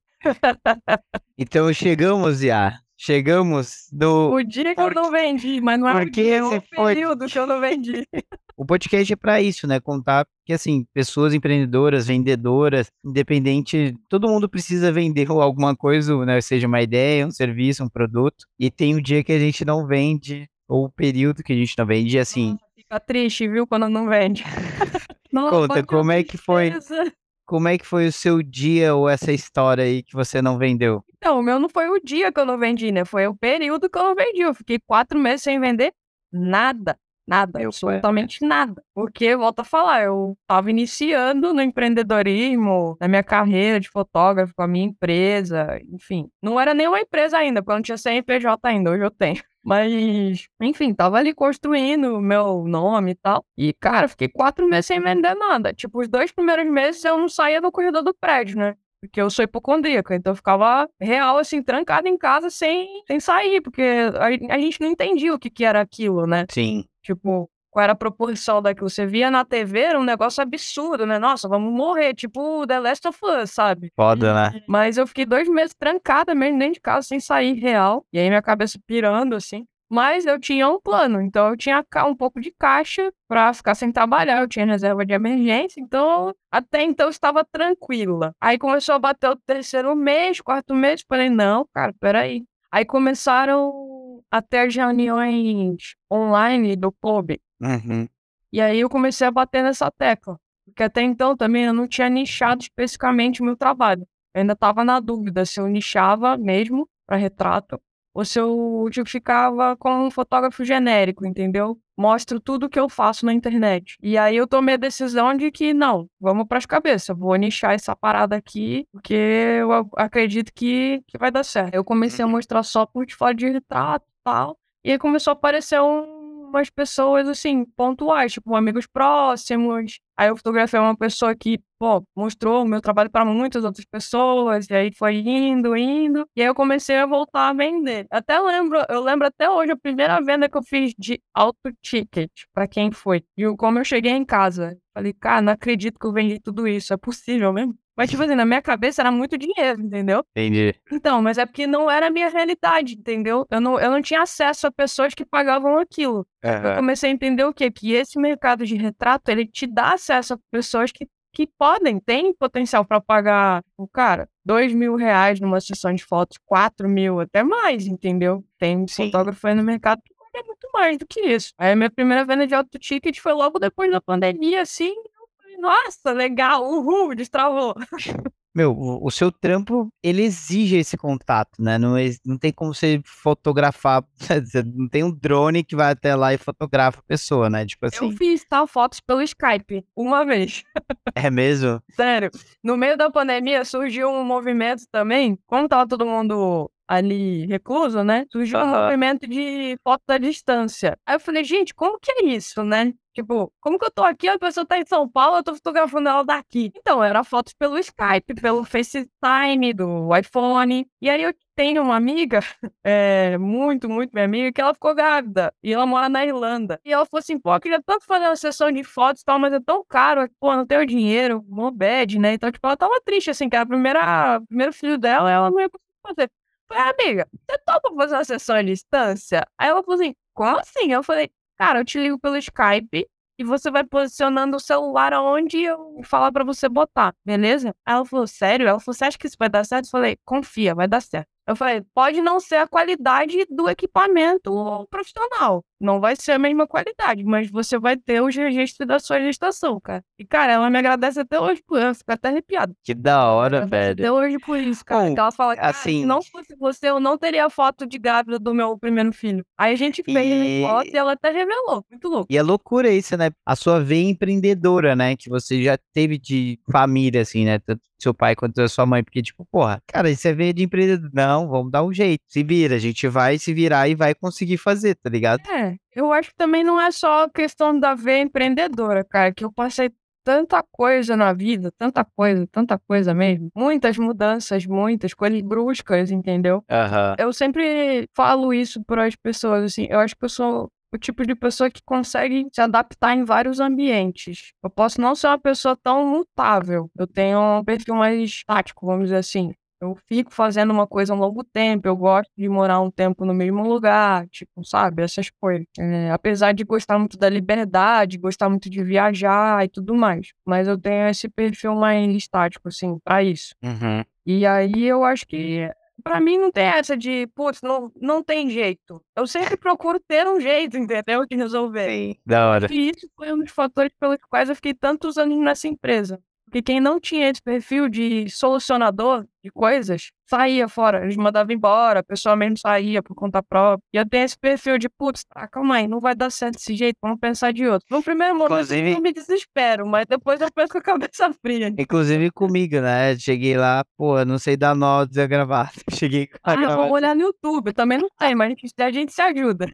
[SPEAKER 2] Então chegamos, Iá. Chegamos no.
[SPEAKER 1] O dia que eu não vendi, mas não é o
[SPEAKER 2] Porque
[SPEAKER 1] dia, é
[SPEAKER 2] esse
[SPEAKER 1] o
[SPEAKER 2] foi-
[SPEAKER 1] período que eu não vendi.
[SPEAKER 2] O podcast é para isso, né? Contar que, assim, pessoas empreendedoras, vendedoras, independente, todo mundo precisa vender alguma coisa, né? Seja uma ideia, um serviço, um produto. E tem o dia que a gente não vende, ou o período que a gente não vende, e assim.
[SPEAKER 1] Fica triste, viu, quando não vende. Nossa,
[SPEAKER 2] Conta,
[SPEAKER 1] bateu
[SPEAKER 2] como é que foi?
[SPEAKER 1] tristeza.
[SPEAKER 2] Como é que foi o seu dia ou essa história aí que você não vendeu?
[SPEAKER 1] Não, o meu não foi o dia que eu não vendi, né? Foi o período que eu não vendi. Eu fiquei quatro meses sem vender nada. Nada,
[SPEAKER 2] Meu
[SPEAKER 1] absolutamente nada. Porque, volto a falar, eu tava iniciando no empreendedorismo, na minha carreira de fotógrafo, com a minha empresa, enfim. Não era nem uma empresa ainda, porque eu não tinha C N P J ainda, hoje eu tenho. Mas, enfim, tava ali construindo o meu nome e tal. E, cara, fiquei quatro meses sem vender nada. Tipo, os dois primeiros meses eu não saía do corredor do prédio, né? Porque eu sou hipocondríaca, então eu ficava real, assim, trancada em casa sem, sem sair, porque a, a gente não entendia o que, que era aquilo, né?
[SPEAKER 2] Sim.
[SPEAKER 1] Tipo, qual era a proporção daquilo? Você via na T V, era um negócio absurdo, né? Nossa, vamos morrer, tipo The Last of Us, sabe?
[SPEAKER 2] Foda, né?
[SPEAKER 1] Mas eu fiquei dois meses trancada mesmo dentro de casa, sem sair real. E aí minha cabeça pirando, assim. Mas eu tinha um plano, então eu tinha ca- um pouco de caixa pra ficar sem trabalhar. Eu tinha reserva de emergência, então até então eu estava tranquila. Aí começou a bater o terceiro mês, quarto mês. Falei, não, cara, peraí. Aí começaram a ter as reuniões online do clube.
[SPEAKER 2] Uhum.
[SPEAKER 1] E aí eu comecei a bater nessa tecla. Porque até então também eu não tinha nichado especificamente o meu trabalho. Eu ainda estava na dúvida se eu nichava mesmo para retrato ou se eu tipo, ficava como um fotógrafo genérico, entendeu? Mostro tudo que eu faço na internet. E aí eu tomei a decisão de que não, vamos para as cabeças, vou nichar essa parada aqui, porque eu a- acredito que, que vai dar certo. Eu comecei a mostrar só portfólio de retrato e tal, e aí começou a aparecer um umas pessoas, assim, pontuais, tipo, amigos próximos. Aí eu fotografei uma pessoa que, pô, mostrou o meu trabalho para muitas outras pessoas, e aí foi indo, indo. E aí eu comecei a voltar a vender. Até lembro, eu lembro até hoje a primeira venda que eu fiz de auto ticket, para quem foi. E o- como eu cheguei em casa, falei, cara, não acredito que eu vendi tudo isso, é possível mesmo? Mas, tipo assim, na minha cabeça era muito dinheiro, entendeu?
[SPEAKER 2] Entendi.
[SPEAKER 1] Então, mas é porque não era a minha realidade, entendeu? Eu não, eu não tinha acesso a pessoas que pagavam aquilo. Eu
[SPEAKER 2] Aham.
[SPEAKER 1] comecei a entender o quê? Que esse mercado de retrato, ele te dá acesso a pessoas que, que podem, têm potencial para pagar, o cara, dois mil reais numa sessão de fotos, quatro mil, até mais, entendeu? Tem
[SPEAKER 2] Sim.
[SPEAKER 1] fotógrafo aí no mercado que paga muito mais do que isso. Aí a minha primeira venda de auto ticket foi logo depois da pandemia, assim. Eu falei, nossa, legal, uhul, destravou.
[SPEAKER 2] Meu, o, o seu trampo, ele exige esse contato, né? Não, ex- não tem como você fotografar, você não tem um drone que vai até lá e fotografa a pessoa, né? Tipo
[SPEAKER 1] Eu
[SPEAKER 2] assim,
[SPEAKER 1] fiz tal fotos pelo Skype, uma vez.
[SPEAKER 2] é mesmo?
[SPEAKER 1] Sério. No meio da pandemia surgiu um movimento também, como tava todo mundo ali recluso, né? Surgiu um
[SPEAKER 2] Aham.
[SPEAKER 1] movimento de foto da distância. Aí eu falei, gente, como que é isso, né? Tipo, como que eu tô aqui, a pessoa tá em São Paulo, eu tô fotografando ela daqui. Então, era fotos pelo Skype, pelo FaceTime do iPhone. E aí eu tenho uma amiga, é, muito, muito minha amiga, que ela ficou grávida. E ela mora na Irlanda. E ela falou assim, pô, eu queria tanto fazer uma sessão de fotos e tal, mas é tão caro, pô, não tenho dinheiro, mó bad, né? Então, tipo, ela tava triste, assim, que era a primeira, o primeiro filho dela, ela não ia conseguir fazer. Eu falei, amiga, você topa fazer uma sessão à distância? Aí ela falou assim, como assim? Eu falei, cara, eu te ligo pelo Skype e você vai posicionando o celular aonde eu falar pra você botar, beleza? Aí ela falou, sério? Ela falou, você acha que isso vai dar certo? Eu falei, confia, vai dar certo. Eu falei, pode não ser a qualidade do equipamento profissional. Não vai ser a mesma qualidade, mas você vai ter os registros da sua gestação, cara. E, cara, ela me agradece até hoje por isso, fico até arrepiado.
[SPEAKER 2] Que da hora,
[SPEAKER 1] Agradece
[SPEAKER 2] velho.
[SPEAKER 1] até hoje por isso, cara.
[SPEAKER 2] Bom,
[SPEAKER 1] Que ela fala, cara, se
[SPEAKER 2] assim,
[SPEAKER 1] não fosse você, eu não teria a foto de grávida do meu primeiro filho. Aí a gente fez a foto e
[SPEAKER 2] e,
[SPEAKER 1] ela até revelou. Muito louco.
[SPEAKER 2] e é loucura isso, né? A sua veia empreendedora, né? Que você já teve de família, assim, né? Tanto seu pai quanto a sua mãe. Porque, tipo, porra, cara, isso é veia de empreendedor. Não, vamos dar um jeito. Se vira, a gente vai se virar e vai conseguir fazer, tá ligado?
[SPEAKER 1] É, eu acho que também não é só a questão da veia empreendedora, cara, que eu passei tanta coisa na vida, tanta coisa, tanta coisa mesmo. Muitas mudanças, muitas coisas bruscas, entendeu?
[SPEAKER 2] Aham.
[SPEAKER 1] Eu sempre falo isso para as pessoas, assim, eu acho que eu sou o tipo de pessoa que consegue se adaptar em vários ambientes. Eu posso não ser uma pessoa tão mutável, eu tenho um perfil mais tático, vamos dizer assim. Eu fico fazendo uma coisa um longo tempo, eu gosto de morar um tempo no mesmo lugar, tipo, sabe, essas coisas. Eh, apesar de gostar muito da liberdade, gostar muito de viajar e tudo mais, mas eu tenho esse perfil mais estático, assim, pra isso.
[SPEAKER 2] Uhum.
[SPEAKER 1] E aí eu acho que pra mim não tem essa de: "Putz, não não tem jeito". Eu sempre procuro ter um jeito, entendeu, de resolver.
[SPEAKER 2] Sim. Da
[SPEAKER 1] Acho
[SPEAKER 2] hora.
[SPEAKER 1] que isso foi um dos fatores pelos quais eu fiquei tantos anos nessa empresa. Porque quem não tinha esse perfil de solucionador de coisas, saía fora, eles mandavam embora, a pessoa mesmo saía por conta própria. E eu tenho esse perfil de: "Putz, tá, calma aí, não vai dar certo desse jeito, vamos pensar de outro". No primeiro momento
[SPEAKER 2] Inclusive,
[SPEAKER 1] eu me desespero, mas depois eu penso com a cabeça fria.
[SPEAKER 2] inclusive comigo, né? Cheguei lá, pô, eu não sei dar nó desagravado. Cheguei com a
[SPEAKER 1] Ah, vamos
[SPEAKER 2] gravata.
[SPEAKER 1] olhar no YouTube, também não tem, mas a gente a gente se ajuda.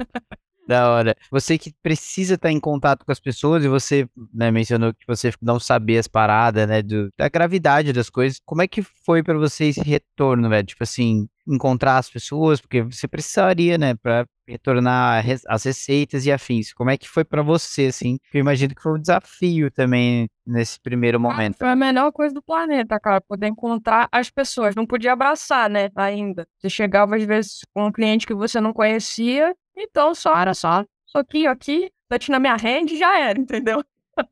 [SPEAKER 2] Da hora. Você que precisa estar em contato com as pessoas e você, né, mencionou que você não sabia as paradas, né, do, da gravidade das coisas. Como é que foi pra você esse retorno, velho? Tipo assim, encontrar as pessoas, porque você precisaria, né, pra retornar re- as receitas e afins. Como é que foi pra você, assim? Eu imagino que foi um desafio também nesse primeiro
[SPEAKER 1] Cara,
[SPEAKER 2] momento.
[SPEAKER 1] foi a melhor coisa do planeta, cara, poder encontrar as pessoas. Não podia abraçar, né, ainda. Você chegava às vezes com um cliente que você não conhecia, então só era só soquinho aqui, touch na minha hand e já era, entendeu?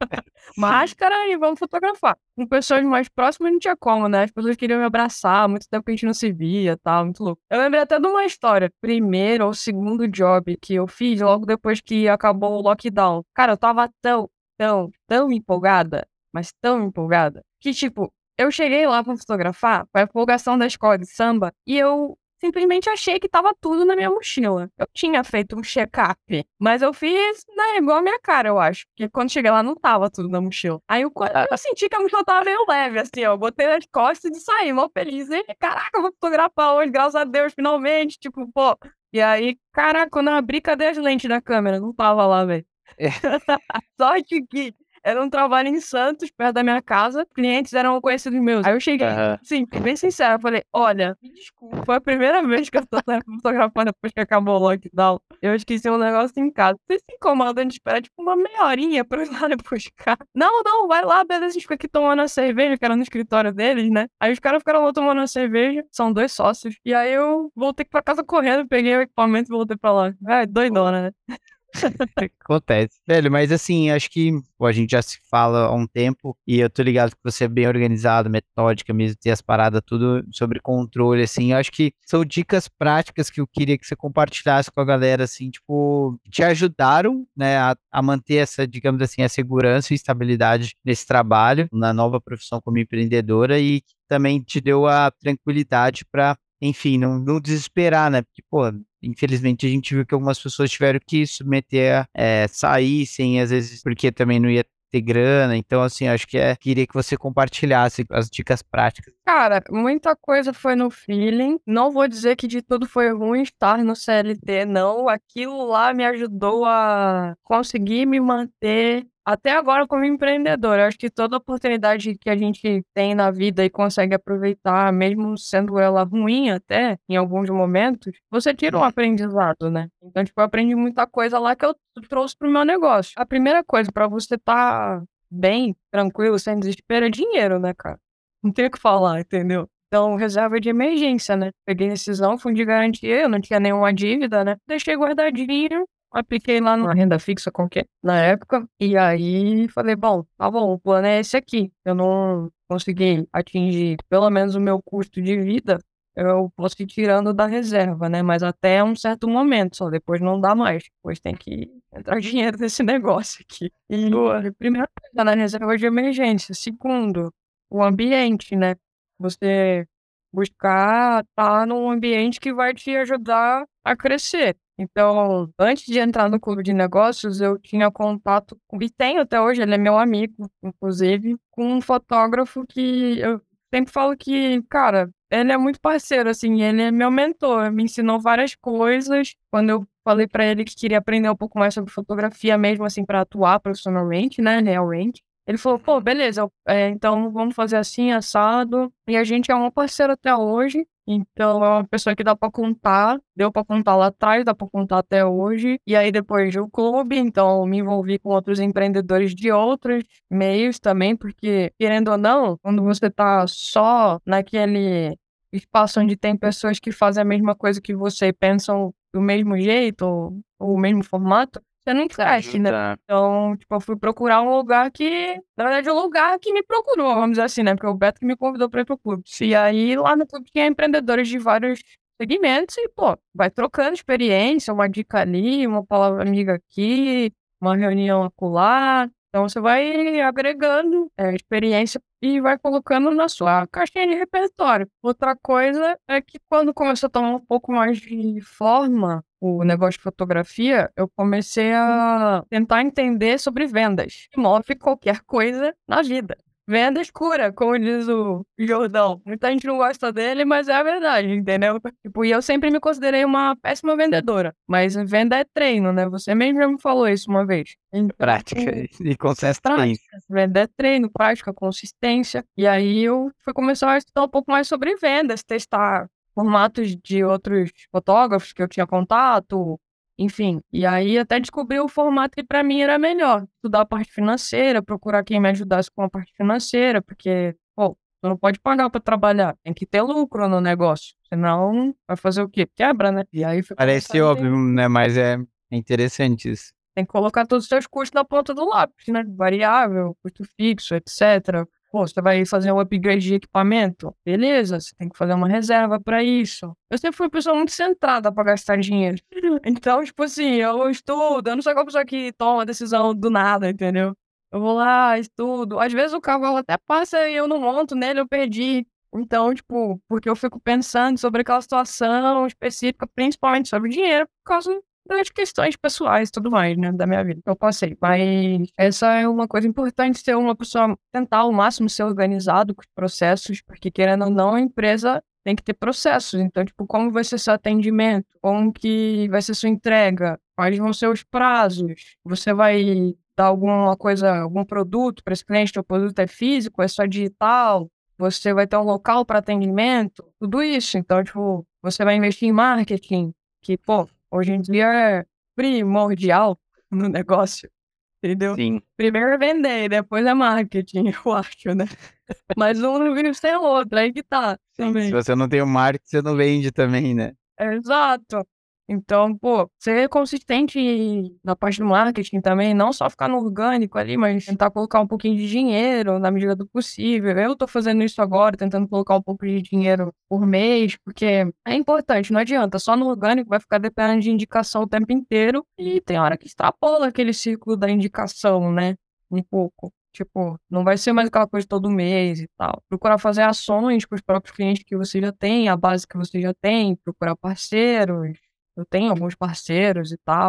[SPEAKER 2] Sim.
[SPEAKER 1] Máscara e vamos fotografar. Com pessoas mais próximas não tinha como, né, as pessoas queriam me abraçar, muito tempo que a gente não se via, tal, muito louco. Eu lembrei até de uma história, primeiro ou segundo job que eu fiz logo depois que acabou o lockdown. Cara, eu estava tão, tão, tão empolgada, mas tão empolgada, que tipo, eu cheguei lá pra fotografar, com a empolgação da escola de samba, e eu simplesmente achei que estava tudo na minha mochila. Eu tinha feito um check-up, mas eu fiz, né, igual a minha cara, eu acho. Porque quando cheguei lá não estava tudo na mochila. Aí eu, eu senti que a mochila estava meio leve, assim, ó. Eu botei nas costas e saí, mó feliz. E, caraca, eu vou fotografar hoje, graças a Deus, finalmente. Tipo, pô. E aí, caraca, quando eu abri, cadê as lentes da câmera? Não tava lá, velho. Sorte que era um trabalho em Santos, perto da minha casa, clientes eram conhecidos meus. Aí eu cheguei,
[SPEAKER 2] Aham.
[SPEAKER 1] sim, fui bem sincera, eu falei: "Olha, me desculpa, foi a primeira vez que eu tô saindo fotografando depois que acabou o lockdown. Eu esqueci um negócio em casa. Você se incomoda de esperar, tipo, uma meia horinha pra eu ir lá e buscar?" "Não, não, vai lá, beleza, a gente fica aqui tomando a cerveja", que era no escritório deles, né. Aí os caras ficaram lá tomando a cerveja, são dois sócios, e aí eu voltei pra casa correndo, peguei o equipamento e voltei pra lá. É, doidona, né.
[SPEAKER 2] Acontece. Velho, mas assim, acho que pô, a gente já se fala há um tempo e eu tô ligado que você é bem organizado, metódica mesmo, tem as paradas tudo sobre controle, assim. Eu acho que são dicas práticas que eu queria que você compartilhasse com a galera, assim, tipo, te ajudaram, né, a, a manter essa, digamos assim, a segurança e estabilidade nesse trabalho, na nova profissão como empreendedora e que também te deu a tranquilidade para, enfim, não, não desesperar, né? Porque, pô, infelizmente, a gente viu que algumas pessoas tiveram que submeter a eh, sair sem, às vezes, porque também não ia ter grana. Então, assim, acho que é, queria que você compartilhasse as dicas práticas.
[SPEAKER 1] Cara, muita coisa foi no feeling. Não vou dizer que de tudo foi ruim estar no C L T, não. Aquilo lá me ajudou a conseguir me manter até agora como empreendedor. Eu acho que toda oportunidade que a gente tem na vida e consegue aproveitar, mesmo sendo ela ruim até, em alguns momentos, você tira um aprendizado, né? Então, tipo, eu aprendi muita coisa lá que eu trouxe pro meu negócio. A primeira coisa pra você estar bem, tranquilo, sem desespero, é dinheiro, né, cara? Não tem o que falar, entendeu? Então, reserva de emergência, né? Peguei rescisão, fundo de garantia, eu não tinha nenhuma dívida, né? Deixei guardadinho, apliquei lá numa renda fixa qualquer na época. E aí falei, bom, tá bom, o plano é esse aqui. Eu não consegui atingir pelo menos o meu custo de vida, eu posso ir tirando da reserva, né? Mas até um certo momento só, depois não dá mais. Depois tem que entrar dinheiro nesse negócio aqui. E primeiro, tá na reserva de emergência. Segundo, o ambiente, né? Você buscar estar num ambiente que vai te ajudar a crescer. Então, antes de entrar no clube de negócios, eu tinha contato, com- e tenho até hoje, ele é meu amigo, inclusive, com um fotógrafo que eu sempre falo que, cara, ele é muito parceiro, assim, ele é meu mentor, me ensinou várias coisas. Quando eu falei pra ele que queria aprender um pouco mais sobre fotografia, mesmo assim, pra atuar profissionalmente, né, realmente. Ele falou, pô, beleza, é, então vamos fazer assim, assado. E a gente é um parceiro até hoje. Então é uma pessoa que dá pra contar. Deu pra contar lá atrás, dá pra contar até hoje. E aí depois do clube, então me envolvi com outros empreendedores de outros meios também, porque, querendo ou não, quando você tá só naquele espaço onde tem pessoas que fazem a mesma coisa que você e pensam do mesmo jeito, ou, ou o mesmo formato, você não cresce, né?
[SPEAKER 2] Tá.
[SPEAKER 1] Então, tipo, eu fui procurar um lugar que, na verdade, o lugar que me procurou, vamos dizer assim, né? Porque o Beto que me convidou pra ir pro clube. E aí, lá no clube tinha empreendedores de vários segmentos e, pô, vai trocando experiência, uma dica ali, uma palavra amiga aqui, uma reunião acolá. Então, você vai agregando é, experiência e vai colocando na sua caixinha de repertório. Outra coisa é que quando começou a tomar um pouco mais de forma o negócio de fotografia, eu comecei a tentar entender sobre vendas. Move qualquer coisa na vida. Vendas cura, como diz o Jordão. Muita gente não gosta dele, mas é a verdade, entendeu? Tipo, e eu sempre me considerei uma péssima vendedora. Mas venda é treino, né? Você mesmo já me falou isso uma vez. Então,
[SPEAKER 2] Prática e consistência.
[SPEAKER 1] prática. Venda é treino, prática, consistência. E aí eu fui começar a estudar um pouco mais sobre vendas, testar formatos de outros fotógrafos que eu tinha contato, enfim. E aí até descobri o formato que para mim era melhor. Estudar a parte financeira, procurar quem me ajudasse com a parte financeira, porque, pô, você não pode pagar para trabalhar, tem que ter lucro no negócio, senão vai fazer o quê? Quebra, né? E aí foi começar
[SPEAKER 2] Parece
[SPEAKER 1] a
[SPEAKER 2] óbvio,
[SPEAKER 1] entender.
[SPEAKER 2] né? Mas é interessante isso.
[SPEAKER 1] Tem que colocar todos os seus custos na ponta do lápis, né? Variável, custo fixo, etcétera. Pô, você vai fazer um upgrade de equipamento? Beleza, você tem que fazer uma reserva pra isso. Eu sempre fui uma pessoa muito centrada pra gastar dinheiro. Então, tipo assim, eu estudo, eu não sou aquela pessoa que toma decisão do nada, entendeu? Eu vou lá, estudo. Às vezes o cavalo até passa e eu não monto nele, eu perdi. Então, tipo, porque eu fico pensando sobre aquela situação específica, principalmente sobre dinheiro, por causa das questões pessoais e tudo mais, né, da minha vida que eu passei. Mas essa é uma coisa importante, ser uma pessoa, tentar ao máximo ser organizado com os processos, porque querendo ou não, a empresa tem que ter processos. Então, tipo, como vai ser seu atendimento? Como que vai ser sua entrega? Quais vão ser os prazos? Você vai dar alguma coisa, algum produto para esse cliente? O produto é físico, é só digital? Você vai ter um local para atendimento? Tudo isso. Então, tipo, você vai investir em marketing, que, pô, hoje em dia é primordial no negócio, entendeu?
[SPEAKER 2] Sim.
[SPEAKER 1] Primeiro é vender, depois é marketing, eu acho, né? Mas um não vive sem o outro, aí que tá
[SPEAKER 2] Sim. Se
[SPEAKER 1] também.
[SPEAKER 2] você não tem o marketing, você não vende também, né?
[SPEAKER 1] É, exato. Então, pô, ser consistente na parte do marketing também, não só ficar no orgânico ali, mas tentar colocar um pouquinho de dinheiro na medida do possível. Eu tô fazendo isso agora, tentando colocar um pouco de dinheiro por mês, porque é importante, não adianta, só no orgânico vai ficar dependendo de indicação o tempo inteiro e tem hora que extrapola aquele ciclo da indicação, né? Um pouco. Tipo, não vai ser mais aquela coisa todo mês e tal. Procurar fazer ações com os próprios clientes que você já tem, a base que você já tem, procurar parceiros. Eu tenho alguns parceiros e tal.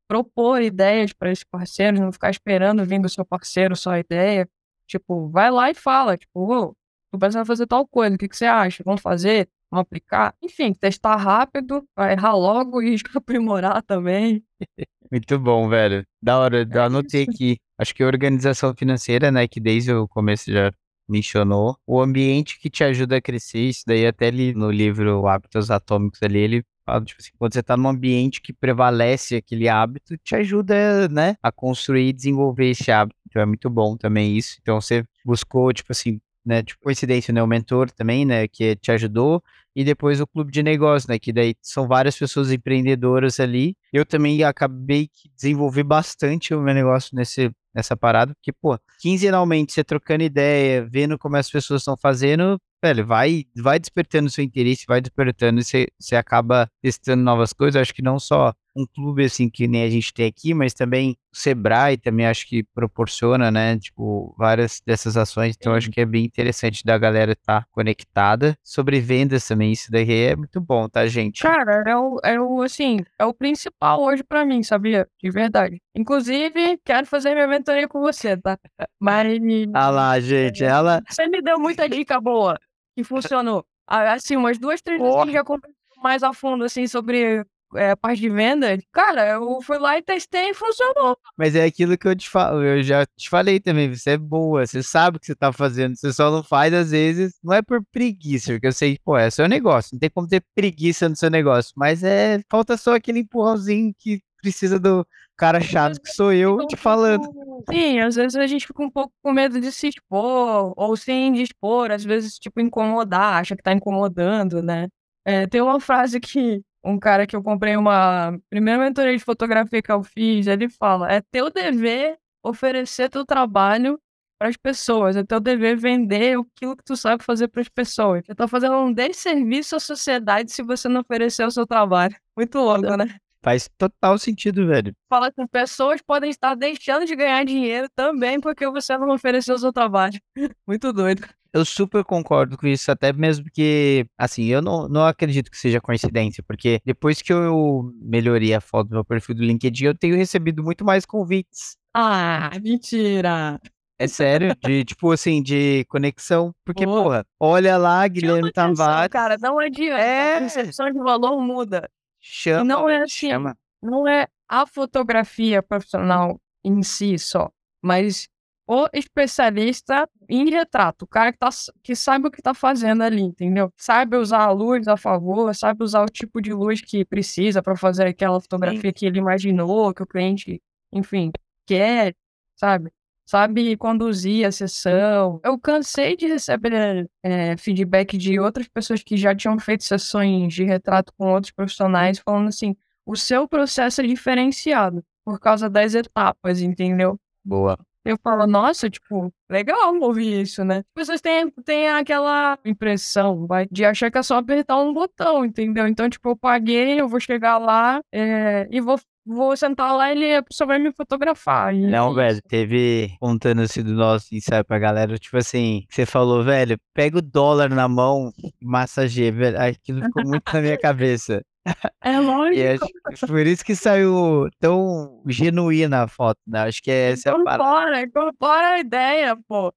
[SPEAKER 1] propor ideias para esses parceiros, não ficar esperando vir do seu parceiro só a ideia. Tipo, vai lá e fala, tipo, ô, tô pensando em fazer tal coisa, o que que você acha? Vamos fazer? Vamos aplicar? Enfim, testar rápido, vai errar logo e aprimorar também.
[SPEAKER 2] Muito bom, velho. Da hora, eu
[SPEAKER 1] É
[SPEAKER 2] anotei
[SPEAKER 1] isso.
[SPEAKER 2] aqui. Acho que a organização financeira, né, que desde o começo já mencionou. O ambiente que te ajuda a crescer, isso daí até ali no livro Hábitos Atômicos ali, ele fala, tipo assim, quando você tá num ambiente que prevalece aquele hábito, te ajuda, né, a construir e desenvolver esse hábito. Então é muito bom também isso. Então você buscou, tipo assim, né, tipo coincidência, né, o mentor também, né, que te ajudou, e depois o clube de negócios, né? Que daí são várias pessoas empreendedoras ali. Eu também acabei que desenvolvi bastante o meu negócio nesse, nessa parada, porque, pô, quinzenalmente você trocando ideia, vendo como as pessoas estão fazendo, velho, vai, vai despertando seu interesse, vai despertando e você, você acaba testando novas coisas. Eu acho que não só um clube assim que nem a gente tem aqui, mas também o Sebrae também acho que proporciona, né, tipo, várias dessas ações, então acho
[SPEAKER 1] Sim.
[SPEAKER 2] que é bem interessante da galera estar conectada. Sobre vendas também, isso daí é muito bom, tá, gente?
[SPEAKER 1] Cara, é o, é o, assim, é o principal hoje pra mim, sabia? De verdade. Inclusive, quero fazer minha mentoria com você, tá? Mas
[SPEAKER 2] Ah lá, gente, ela...
[SPEAKER 1] você me deu muita dica boa que funcionou. Ah, assim, umas duas, três vezes que a gente
[SPEAKER 2] Porra!
[SPEAKER 1] já conversou mais a fundo, assim, sobre é, a parte de venda. Cara, eu fui lá e testei e funcionou.
[SPEAKER 2] Mas é aquilo que eu te falo, eu já te falei também, você é boa, você sabe o que você tá fazendo, você só não faz às vezes, não é por preguiça, porque eu sei, pô, é seu negócio, não tem como ter preguiça no seu negócio, mas é, falta só aquele empurrãozinho que precisa do cara
[SPEAKER 1] Às
[SPEAKER 2] chato
[SPEAKER 1] vezes
[SPEAKER 2] que
[SPEAKER 1] a
[SPEAKER 2] sou
[SPEAKER 1] gente
[SPEAKER 2] eu
[SPEAKER 1] fica
[SPEAKER 2] te
[SPEAKER 1] um
[SPEAKER 2] falando.
[SPEAKER 1] pouco. Sim, às vezes a gente fica um pouco com medo de se expor, ou se indispor, às vezes, tipo, incomodar, acha que tá incomodando, né? É, tem uma frase que um cara que eu comprei uma primeira mentoria de fotografia que eu fiz, ele fala: é teu dever oferecer teu trabalho para as pessoas, é teu dever vender aquilo que tu sabe fazer para as pessoas. Você tá fazendo um desserviço à sociedade se você não oferecer o seu trabalho. Muito louco, né?
[SPEAKER 2] Faz total sentido, velho.
[SPEAKER 1] Fala que pessoas podem estar deixando de ganhar dinheiro também porque você não ofereceu o seu trabalho. Muito doido.
[SPEAKER 2] Eu super concordo com isso, até mesmo porque, assim, eu não, não acredito que seja coincidência, porque depois que eu melhorei a foto do meu perfil do LinkedIn, eu tenho recebido muito mais convites.
[SPEAKER 1] Ah, mentira.
[SPEAKER 2] É sério, de tipo assim, de conexão, porque,
[SPEAKER 1] Boa.
[SPEAKER 2] porra, olha lá,
[SPEAKER 1] Chama
[SPEAKER 2] Guilherme
[SPEAKER 1] atenção,
[SPEAKER 2] Tavares.
[SPEAKER 1] cara. Não adianta. A
[SPEAKER 2] É,
[SPEAKER 1] percepção de valor muda. E
[SPEAKER 2] chama,
[SPEAKER 1] não é
[SPEAKER 2] velho,
[SPEAKER 1] assim,
[SPEAKER 2] chama.
[SPEAKER 1] não é a fotografia profissional em si só, mas o especialista em retrato, o cara que, tá, que sabe o que tá fazendo ali, entendeu? Sabe usar a luz a favor, sabe usar o tipo de luz que precisa para fazer aquela
[SPEAKER 2] Sim.
[SPEAKER 1] fotografia que ele imaginou, que o cliente, enfim, quer, sabe? Sabe conduzir a sessão. Eu cansei de receber é, feedback de outras pessoas que já tinham feito sessões de retrato com outros profissionais, falando assim: o seu processo é diferenciado por causa das etapas, entendeu?
[SPEAKER 2] Boa.
[SPEAKER 1] Eu falo, nossa, tipo, legal ouvir isso, né? As pessoas têm, têm aquela impressão, vai, de achar que é só apertar um botão, entendeu? Então, tipo, eu paguei, eu vou chegar lá é, e vou, vou sentar lá e ele, a pessoa vai me fotografar. E é
[SPEAKER 2] Não, velho,
[SPEAKER 1] isso.
[SPEAKER 2] teve, contando assim do nosso ensaio pra galera, tipo assim, você falou, velho, pega o dólar na mão e massageia, velho, aquilo ficou muito na minha cabeça.
[SPEAKER 1] É
[SPEAKER 2] E
[SPEAKER 1] lógico.
[SPEAKER 2] acho que por isso que saiu tão genuína a foto, né? Acho que é essa é a parada.
[SPEAKER 1] Incorpora, incorpora a ideia, pô.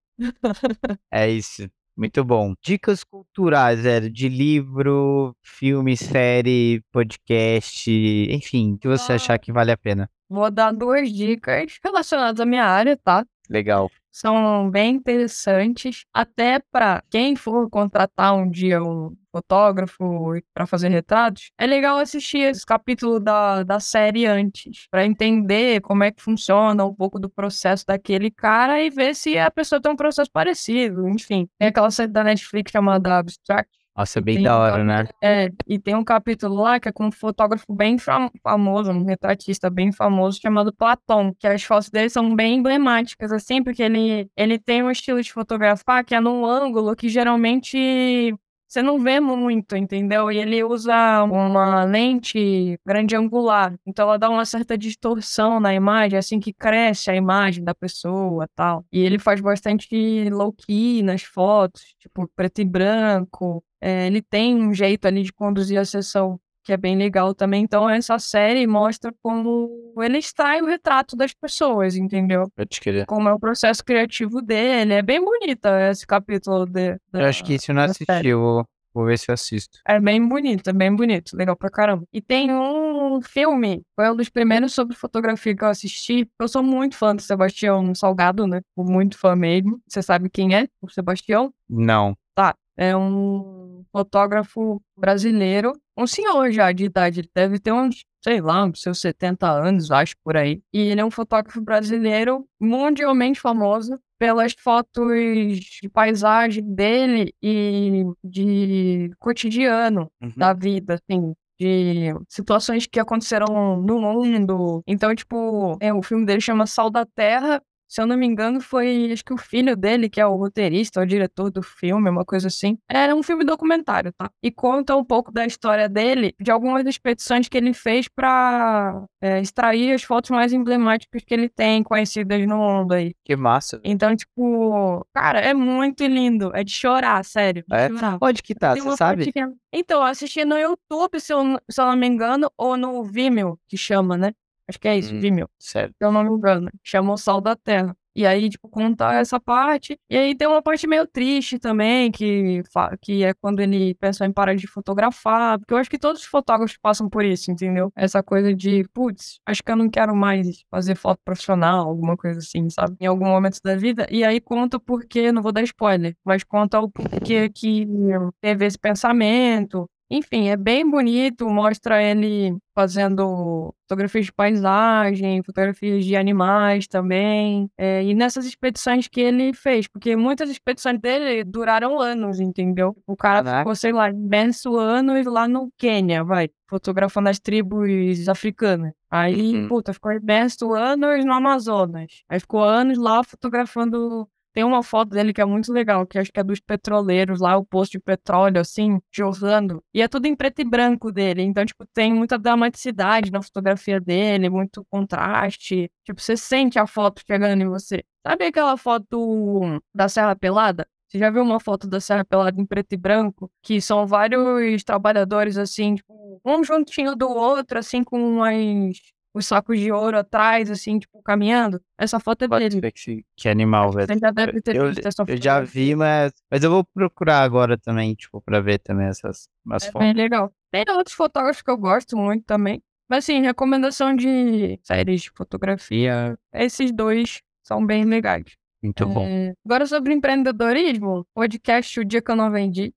[SPEAKER 2] É isso. Muito bom. Dicas culturais, velho, de livro, filme, série, podcast, enfim, que você achar
[SPEAKER 1] Tá.
[SPEAKER 2] que vale a pena.
[SPEAKER 1] Vou dar duas dicas relacionadas à minha área, tá?
[SPEAKER 2] Legal.
[SPEAKER 1] São bem interessantes, até para quem for contratar um dia um fotógrafo para fazer retratos, é legal assistir esse capítulo da, da série antes, para entender como é que funciona um pouco do processo daquele cara e ver se a pessoa tem um processo parecido. Enfim, tem aquela série da Netflix chamada Abstract.
[SPEAKER 2] Nossa,
[SPEAKER 1] E
[SPEAKER 2] bem
[SPEAKER 1] tem
[SPEAKER 2] da
[SPEAKER 1] um
[SPEAKER 2] hora, né?
[SPEAKER 1] capítulo, é, e tem um capítulo lá que é com um fotógrafo bem fam- famoso, um retratista bem famoso chamado Platão, que as fotos dele são bem emblemáticas, assim, porque ele, ele tem um estilo de fotografar que é num ângulo que geralmente você não vê muito, entendeu? E ele usa uma lente grande angular, então ela dá uma certa distorção na imagem, assim que cresce a imagem da pessoa, tal. E ele faz bastante low-key nas fotos, tipo preto e branco. É, ele tem um jeito ali de conduzir a sessão que é bem legal também. Então, essa série mostra como ele extrai o retrato das pessoas, entendeu?
[SPEAKER 2] Pode crer.
[SPEAKER 1] Como é o processo criativo dele. É bem bonita esse capítulo de,
[SPEAKER 2] Eu acho que
[SPEAKER 1] da,
[SPEAKER 2] isso eu não
[SPEAKER 1] da
[SPEAKER 2] assisti,
[SPEAKER 1] série.
[SPEAKER 2] eu vou, vou ver se eu assisto.
[SPEAKER 1] É bem bonito, é bem bonito. Legal pra caramba. E tem um filme, foi um dos primeiros sobre fotografia que eu assisti. Eu sou muito fã do Sebastião Salgado, né? Muito fã mesmo. Você sabe quem é o Sebastião?
[SPEAKER 2] Não.
[SPEAKER 1] Tá, é um fotógrafo brasileiro, um senhor já de idade, ele deve ter uns, sei lá, uns seus setenta anos, acho, por aí. E ele é um fotógrafo brasileiro mundialmente famoso pelas fotos de paisagem dele e de cotidiano
[SPEAKER 2] Uhum.
[SPEAKER 1] da vida, assim, de situações que aconteceram no mundo. Então, tipo, é, o filme dele chama Sal da Terra. Se eu não me engano, foi acho que o filho dele, que é o roteirista, o diretor do filme, uma coisa assim. Era um filme documentário, tá? E conta um pouco da história dele, de algumas expedições que ele fez pra é, extrair as fotos mais emblemáticas que ele tem, conhecidas no mundo aí.
[SPEAKER 2] Que massa.
[SPEAKER 1] Então, tipo, cara, é muito lindo. É de chorar, sério. De
[SPEAKER 2] É?
[SPEAKER 1] chorar.
[SPEAKER 2] Onde que tá,
[SPEAKER 1] Tem
[SPEAKER 2] você
[SPEAKER 1] uma
[SPEAKER 2] sabe?
[SPEAKER 1] parte que é... Então, eu assisti no YouTube, se eu, n- se eu não me engano, ou no Vimeo, que chama, né? Acho que é isso,
[SPEAKER 2] Hum,
[SPEAKER 1] Vimeo
[SPEAKER 2] sério.
[SPEAKER 1] se eu não me engano, chama O Sal da Terra. E aí, tipo, conta essa parte. E aí tem uma parte meio triste também, que, fa- que é quando ele pensa em parar de fotografar. Porque eu acho que todos os fotógrafos passam por isso, entendeu? Essa coisa de, putz, acho que eu não quero mais fazer foto profissional, alguma coisa assim, sabe? Em algum momento da vida. E aí conta o porquê, não vou dar spoiler, mas conta o porquê que teve esse pensamento. Enfim, é bem bonito, mostra ele fazendo fotografias de paisagem, fotografias de animais também, é, e nessas expedições que ele fez, porque muitas expedições dele duraram anos, entendeu? O cara
[SPEAKER 2] Caraca.
[SPEAKER 1] ficou, sei lá, imenso anos lá no Quênia, vai, fotografando as tribos africanas. Aí,
[SPEAKER 2] Uhum.
[SPEAKER 1] puta, ficou imenso anos no Amazonas. Aí ficou anos lá fotografando. Tem uma foto dele que é muito legal, que acho que é dos petroleiros lá, o poço de petróleo, assim, jorrando. E é tudo em preto e branco dele. Então, tipo, tem muita dramaticidade na fotografia dele, muito contraste. Tipo, você sente a foto chegando em você. Sabe aquela foto da Serra Pelada? Você já viu uma foto da Serra Pelada em preto e branco? Que são vários trabalhadores, assim, tipo, um juntinho do outro, assim, com umas os sacos de ouro atrás, assim, tipo, caminhando. Essa foto é
[SPEAKER 2] Pode
[SPEAKER 1] dele.
[SPEAKER 2] ver que, que animal,
[SPEAKER 1] Acho que
[SPEAKER 2] velho.
[SPEAKER 1] você já deve ter
[SPEAKER 2] Eu,
[SPEAKER 1] visto essa
[SPEAKER 2] eu já vi,
[SPEAKER 1] fotografia.
[SPEAKER 2] mas, mas eu vou procurar agora também, tipo, pra ver também essas umas
[SPEAKER 1] É
[SPEAKER 2] fotos.
[SPEAKER 1] bem legal. Tem outros fotógrafos que eu gosto muito também. Mas, assim, recomendação de séries de fotografia, esses dois são bem legais.
[SPEAKER 2] Muito bom.
[SPEAKER 1] É, Agora, sobre empreendedorismo, podcast O Dia Que Eu Não Vendi.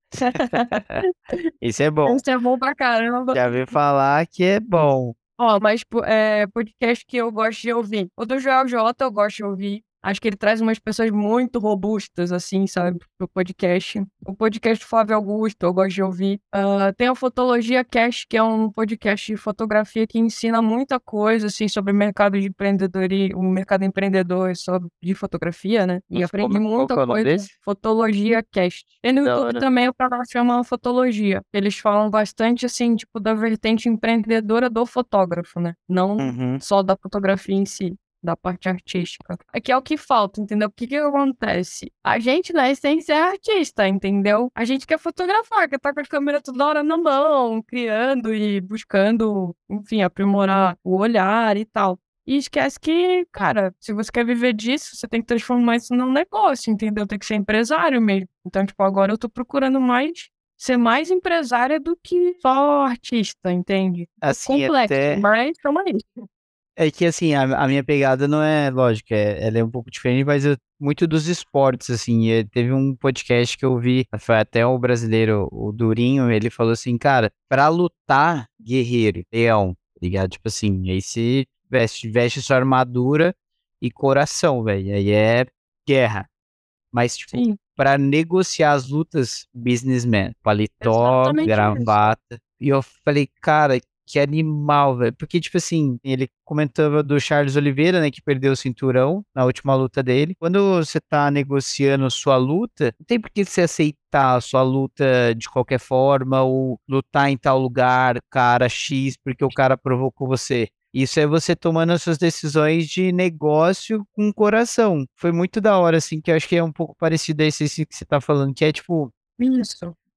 [SPEAKER 2] Isso é bom.
[SPEAKER 1] Esse é bom pra caramba.
[SPEAKER 2] Já ouvi falar que é bom.
[SPEAKER 1] Ó, mas po- é, podcast que eu gosto de ouvir. O do Joel J eu gosto de ouvir. Acho que ele traz umas pessoas muito robustas, assim, sabe, pro podcast. O podcast do Flávio Augusto, eu gosto de ouvir. Ah, tem a Fotologia Cast, que é um podcast de fotografia que ensina muita coisa, assim, sobre o mercado de empreendedorismo, o mercado empreendedor sobre, de fotografia, né? E
[SPEAKER 2] Nossa,
[SPEAKER 1] aprendi
[SPEAKER 2] como, qual
[SPEAKER 1] muita
[SPEAKER 2] que é o nome
[SPEAKER 1] coisa.
[SPEAKER 2] desse?
[SPEAKER 1] Fotologia Cast. Tem no
[SPEAKER 2] Da
[SPEAKER 1] YouTube
[SPEAKER 2] hora.
[SPEAKER 1] também o canal que chama Fotologia. Eles falam bastante, assim, tipo, da vertente empreendedora do fotógrafo, né? Não
[SPEAKER 2] Uhum.
[SPEAKER 1] só da fotografia em si, da parte artística. Aqui é o que falta, entendeu? O que que acontece? A gente, na essência, é artista, entendeu? A gente quer fotografar, quer estar com a câmera toda hora na mão, criando e buscando, enfim, aprimorar o olhar e tal. E esquece que, cara, se você quer viver disso, você tem que transformar isso num negócio, entendeu? Tem que ser empresário mesmo. Então, tipo, agora eu tô procurando mais ser mais empresária do que só artista, entende? É
[SPEAKER 2] Assim,
[SPEAKER 1] complexo,
[SPEAKER 2] até.
[SPEAKER 1] mas calma aí.
[SPEAKER 2] É que assim, a, a minha pegada não é lógica, é, ela é um pouco diferente, mas eu- muito dos esportes, assim. E teve um podcast que eu vi, foi até o brasileiro, o Durinho, ele falou assim, cara, pra lutar, guerreiro, leão, tá ligado? Tipo assim, aí você veste, veste sua armadura e coração, velho, aí é guerra. Mas, tipo,
[SPEAKER 1] Sim,
[SPEAKER 2] pra negociar as lutas, businessman, paletó,
[SPEAKER 1] exatamente isso.
[SPEAKER 2] gravata. E eu falei, cara, que animal, velho. Porque, tipo assim, ele comentava do Charles Oliveira, né, que perdeu o cinturão na última luta dele. Quando você tá negociando sua luta, não tem por que você aceitar a sua luta de qualquer forma ou lutar em tal lugar, cara X, porque o cara provocou você. Isso é você tomando as suas decisões de negócio com o coração. Foi muito da hora, assim, que eu acho que é um pouco parecido a esse que você tá falando, que é tipo,
[SPEAKER 1] Isso.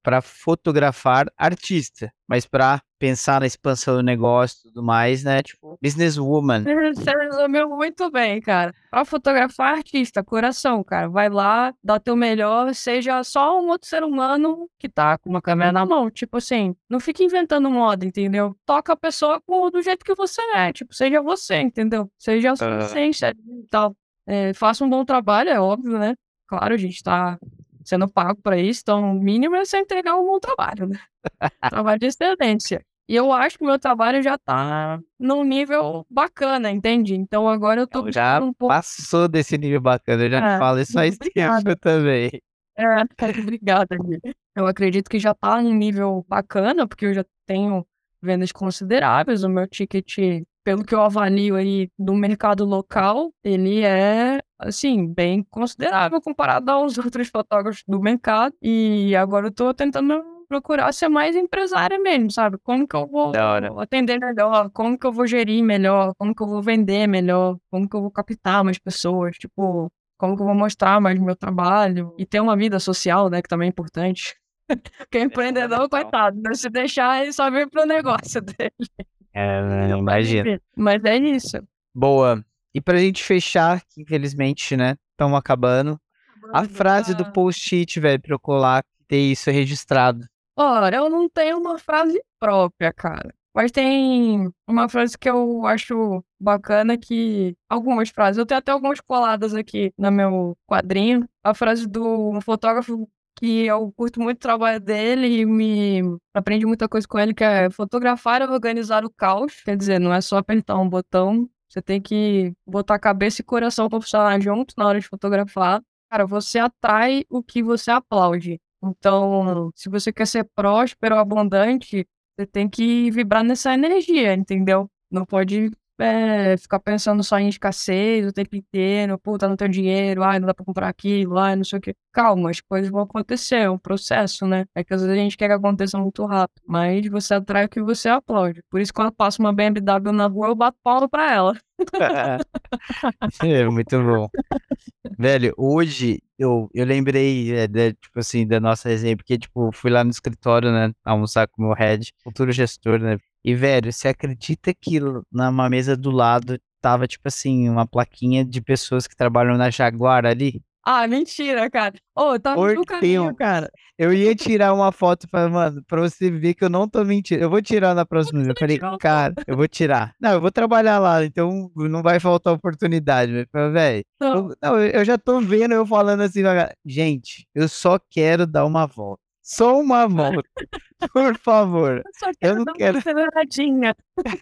[SPEAKER 2] para fotografar artista, mas para pensar na expansão do negócio e tudo mais, né? Tipo, businesswoman.
[SPEAKER 1] Você resumiu muito bem, cara. Pra fotografar artista, coração, cara. Vai lá, dá teu melhor, seja só um outro ser humano que tá com uma câmera na mão. Tipo assim, não fica inventando moda, entendeu? Toca a pessoa com- do jeito que você é. Tipo, seja você, entendeu? Seja a sua
[SPEAKER 2] Ah.
[SPEAKER 1] essência e tal. É, faça um bom trabalho, é óbvio, né? Claro, a gente tá sendo pago pra isso, então o mínimo é você entregar um bom trabalho, né? Trabalho de excelência. E eu acho que o meu trabalho já tá num nível bacana, entende? Então agora eu tô
[SPEAKER 2] Então, já
[SPEAKER 1] buscando um pouco.
[SPEAKER 2] passou desse nível bacana, eu já
[SPEAKER 1] É,
[SPEAKER 2] falo isso faz tempo
[SPEAKER 1] obrigada.
[SPEAKER 2] também.
[SPEAKER 1] É, obrigada, Gui. Eu acredito que já tá num nível bacana, porque eu já tenho vendas consideráveis. O meu ticket, pelo que eu avalio aí do mercado local, ele é, assim, bem considerável comparado aos outros fotógrafos do mercado. E agora eu tô tentando procurar ser mais empresária mesmo, sabe? Como que eu
[SPEAKER 2] Da hora.
[SPEAKER 1] vou atender melhor? Como que eu vou gerir melhor? Como que eu vou vender melhor? Como que eu vou captar mais pessoas? Tipo, como que eu vou mostrar mais meu trabalho? E ter uma vida social, né? Que também é importante. Porque empreendedor,
[SPEAKER 2] fundamental.
[SPEAKER 1] coitado, né? Se deixar, ele só vem pro negócio dele.
[SPEAKER 2] É,
[SPEAKER 1] Mas
[SPEAKER 2] imagina.
[SPEAKER 1] enfim, mas é isso.
[SPEAKER 2] Boa. E pra gente fechar, que infelizmente, né, estamos acabando, a frase do
[SPEAKER 1] Ah,
[SPEAKER 2] post-it, velho, pra eu colar, ter isso registrado.
[SPEAKER 1] Ora, eu não tenho uma frase própria, cara. Mas tem uma frase que eu acho bacana que... Algumas frases. Eu tenho até algumas coladas aqui no meu quadrinho. A frase do um fotógrafo que eu curto muito o trabalho dele e me aprendi muita coisa com ele, que é fotografar é organizar o caos. Quer dizer, não é só apertar um botão. Você tem que botar cabeça e coração pra funcionar junto na hora de fotografar. Cara, você atrai o que você aplaude. Então, se você quer ser próspero, abundante, você tem que vibrar nessa energia, entendeu? Não pode é, ficar pensando só em escassez o tempo inteiro, puta, não tenho dinheiro, ai, não dá pra comprar aquilo, ai, não sei o quê. Calma, as coisas vão acontecer, é um processo, né? É que às vezes a gente quer que aconteça muito rápido, mas você atrai o que você aplaude. Por isso, quando passa uma B M W na rua, eu bato palma pra ela.
[SPEAKER 2] É, muito bom. Velho, hoje eu, eu lembrei, é, de, tipo assim, da nossa resenha, porque, tipo, fui lá no escritório, né, almoçar com o meu head, futuro gestor, né, e, velho, você acredita que l- numa mesa do lado tava, tipo assim, uma plaquinha de pessoas que trabalham na Jaguar ali?
[SPEAKER 1] Ah, mentira, cara. Ô, tá
[SPEAKER 2] Or-
[SPEAKER 1] no
[SPEAKER 2] Tem
[SPEAKER 1] caminho,
[SPEAKER 2] um,
[SPEAKER 1] cara.
[SPEAKER 2] eu ia tirar uma foto para, mano, pra você ver que eu não tô mentindo. Eu vou tirar na próxima vez. Eu falei,
[SPEAKER 1] Tirou, pô.
[SPEAKER 2] cara, eu vou tirar. Não, eu vou trabalhar lá, então não vai faltar oportunidade. Eu falei, velho,
[SPEAKER 1] Não.
[SPEAKER 2] eu, não, eu eu já tô vendo eu falando assim, vaga- gente, eu só quero dar uma volta. Só uma volta, por favor.
[SPEAKER 1] Eu só
[SPEAKER 2] Eu
[SPEAKER 1] quero
[SPEAKER 2] não
[SPEAKER 1] dar uma
[SPEAKER 2] quero
[SPEAKER 1] aceleradinha.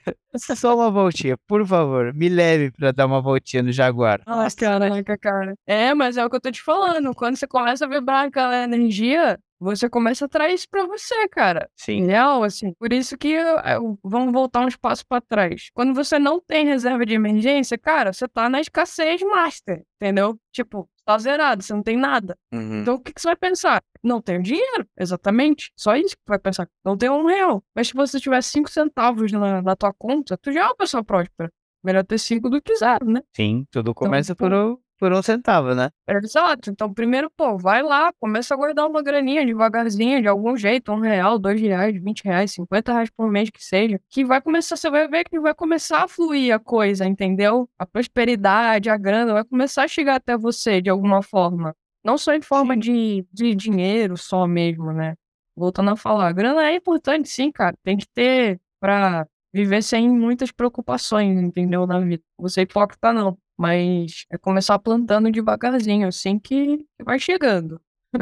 [SPEAKER 2] só uma voltinha, por favor. Me leve pra dar uma voltinha no Jaguar.
[SPEAKER 1] Ai, caraca, cara. É, mas é o que eu tô te falando. Quando você começa a vibrar aquela energia, você começa a atrair isso pra você, cara.
[SPEAKER 2] Sim,
[SPEAKER 1] Real, assim. Por isso que eu- eu- vamos voltar uns passos pra trás. Quando você não tem reserva de emergência, cara, você tá na escassez master, entendeu? Tipo, tá zerado, você não tem nada.
[SPEAKER 2] uhum,
[SPEAKER 1] Então, o que que você vai pensar? Não tenho dinheiro, exatamente. Só isso que você vai pensar. Não tenho um real. Mas se você tiver cinco centavos na, na tua conta, tu já é uma pessoa próspera. Melhor ter cinco do que zero, né?
[SPEAKER 2] sim, tudo
[SPEAKER 1] Então,
[SPEAKER 2] começa por
[SPEAKER 1] pô,
[SPEAKER 2] um, por um centavo, né?
[SPEAKER 1] exato. Então, primeiro, pô, vai lá, começa a guardar uma graninha devagarzinho, de algum jeito, um real, dois reais, vinte reais, cinquenta reais por mês que seja, que vai começar, você vai ver que vai começar a fluir a coisa, entendeu? A prosperidade, a grana vai começar a chegar até você de alguma forma. Não só em forma
[SPEAKER 2] Sim.
[SPEAKER 1] de, de dinheiro só mesmo, né? Voltando a falar, a grana é importante sim, cara. Tem que ter pra viver sem muitas preocupações, entendeu? Na vida. Você é hipócrita, não. Mas é começar plantando devagarzinho, assim que que vai chegando.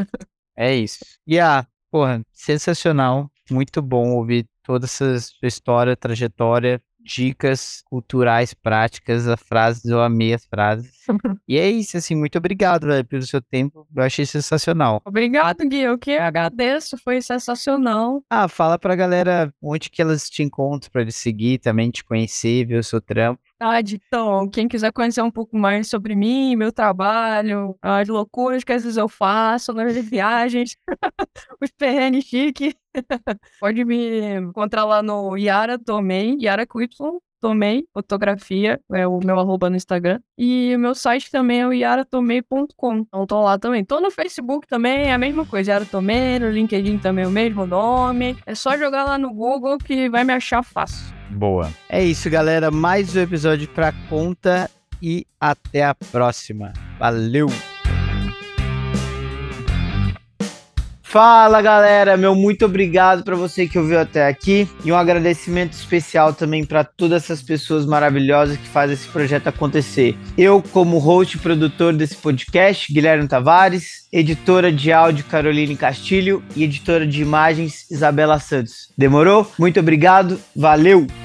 [SPEAKER 2] É isso. E ah, porra, sensacional. Muito bom ouvir toda essa sua história, trajetória, dicas culturais, práticas, as frases, eu amei as frases. E é isso, assim, muito obrigado, velho, pelo seu tempo. Eu achei sensacional.
[SPEAKER 1] Obrigado, Gui. Eu que agradeço. Foi sensacional.
[SPEAKER 2] Ah, fala pra galera onde que elas te encontram pra eles seguir, também te conhecer, ver o seu trampo.
[SPEAKER 1] Verdade. Então, quem quiser conhecer um pouco mais sobre mim, meu trabalho, as loucuras que às vezes eu faço nas viagens, os perrengues chiques, pode me encontrar lá no Yara Tomei, Yara com Y, Tomei Fotografia, é o meu arroba no Instagram. E o meu site também é o yara tomei ponto com. Então tô lá também. Tô no Facebook também, é a mesma coisa. Yara Tomei, no LinkedIn também é o mesmo nome. É só jogar lá no Google que vai me achar fácil.
[SPEAKER 2] Boa. É isso, galera. Mais um episódio pra conta e até a próxima. Valeu! Fala, galera, meu muito obrigado para você que ouviu até aqui e um agradecimento especial também para todas essas pessoas maravilhosas que fazem esse projeto acontecer. Eu, como host e produtor desse podcast, Guilherme Tavares, editora de áudio Caroline Castilho e editora de imagens Isabela Santos. Demorou? Muito obrigado, valeu!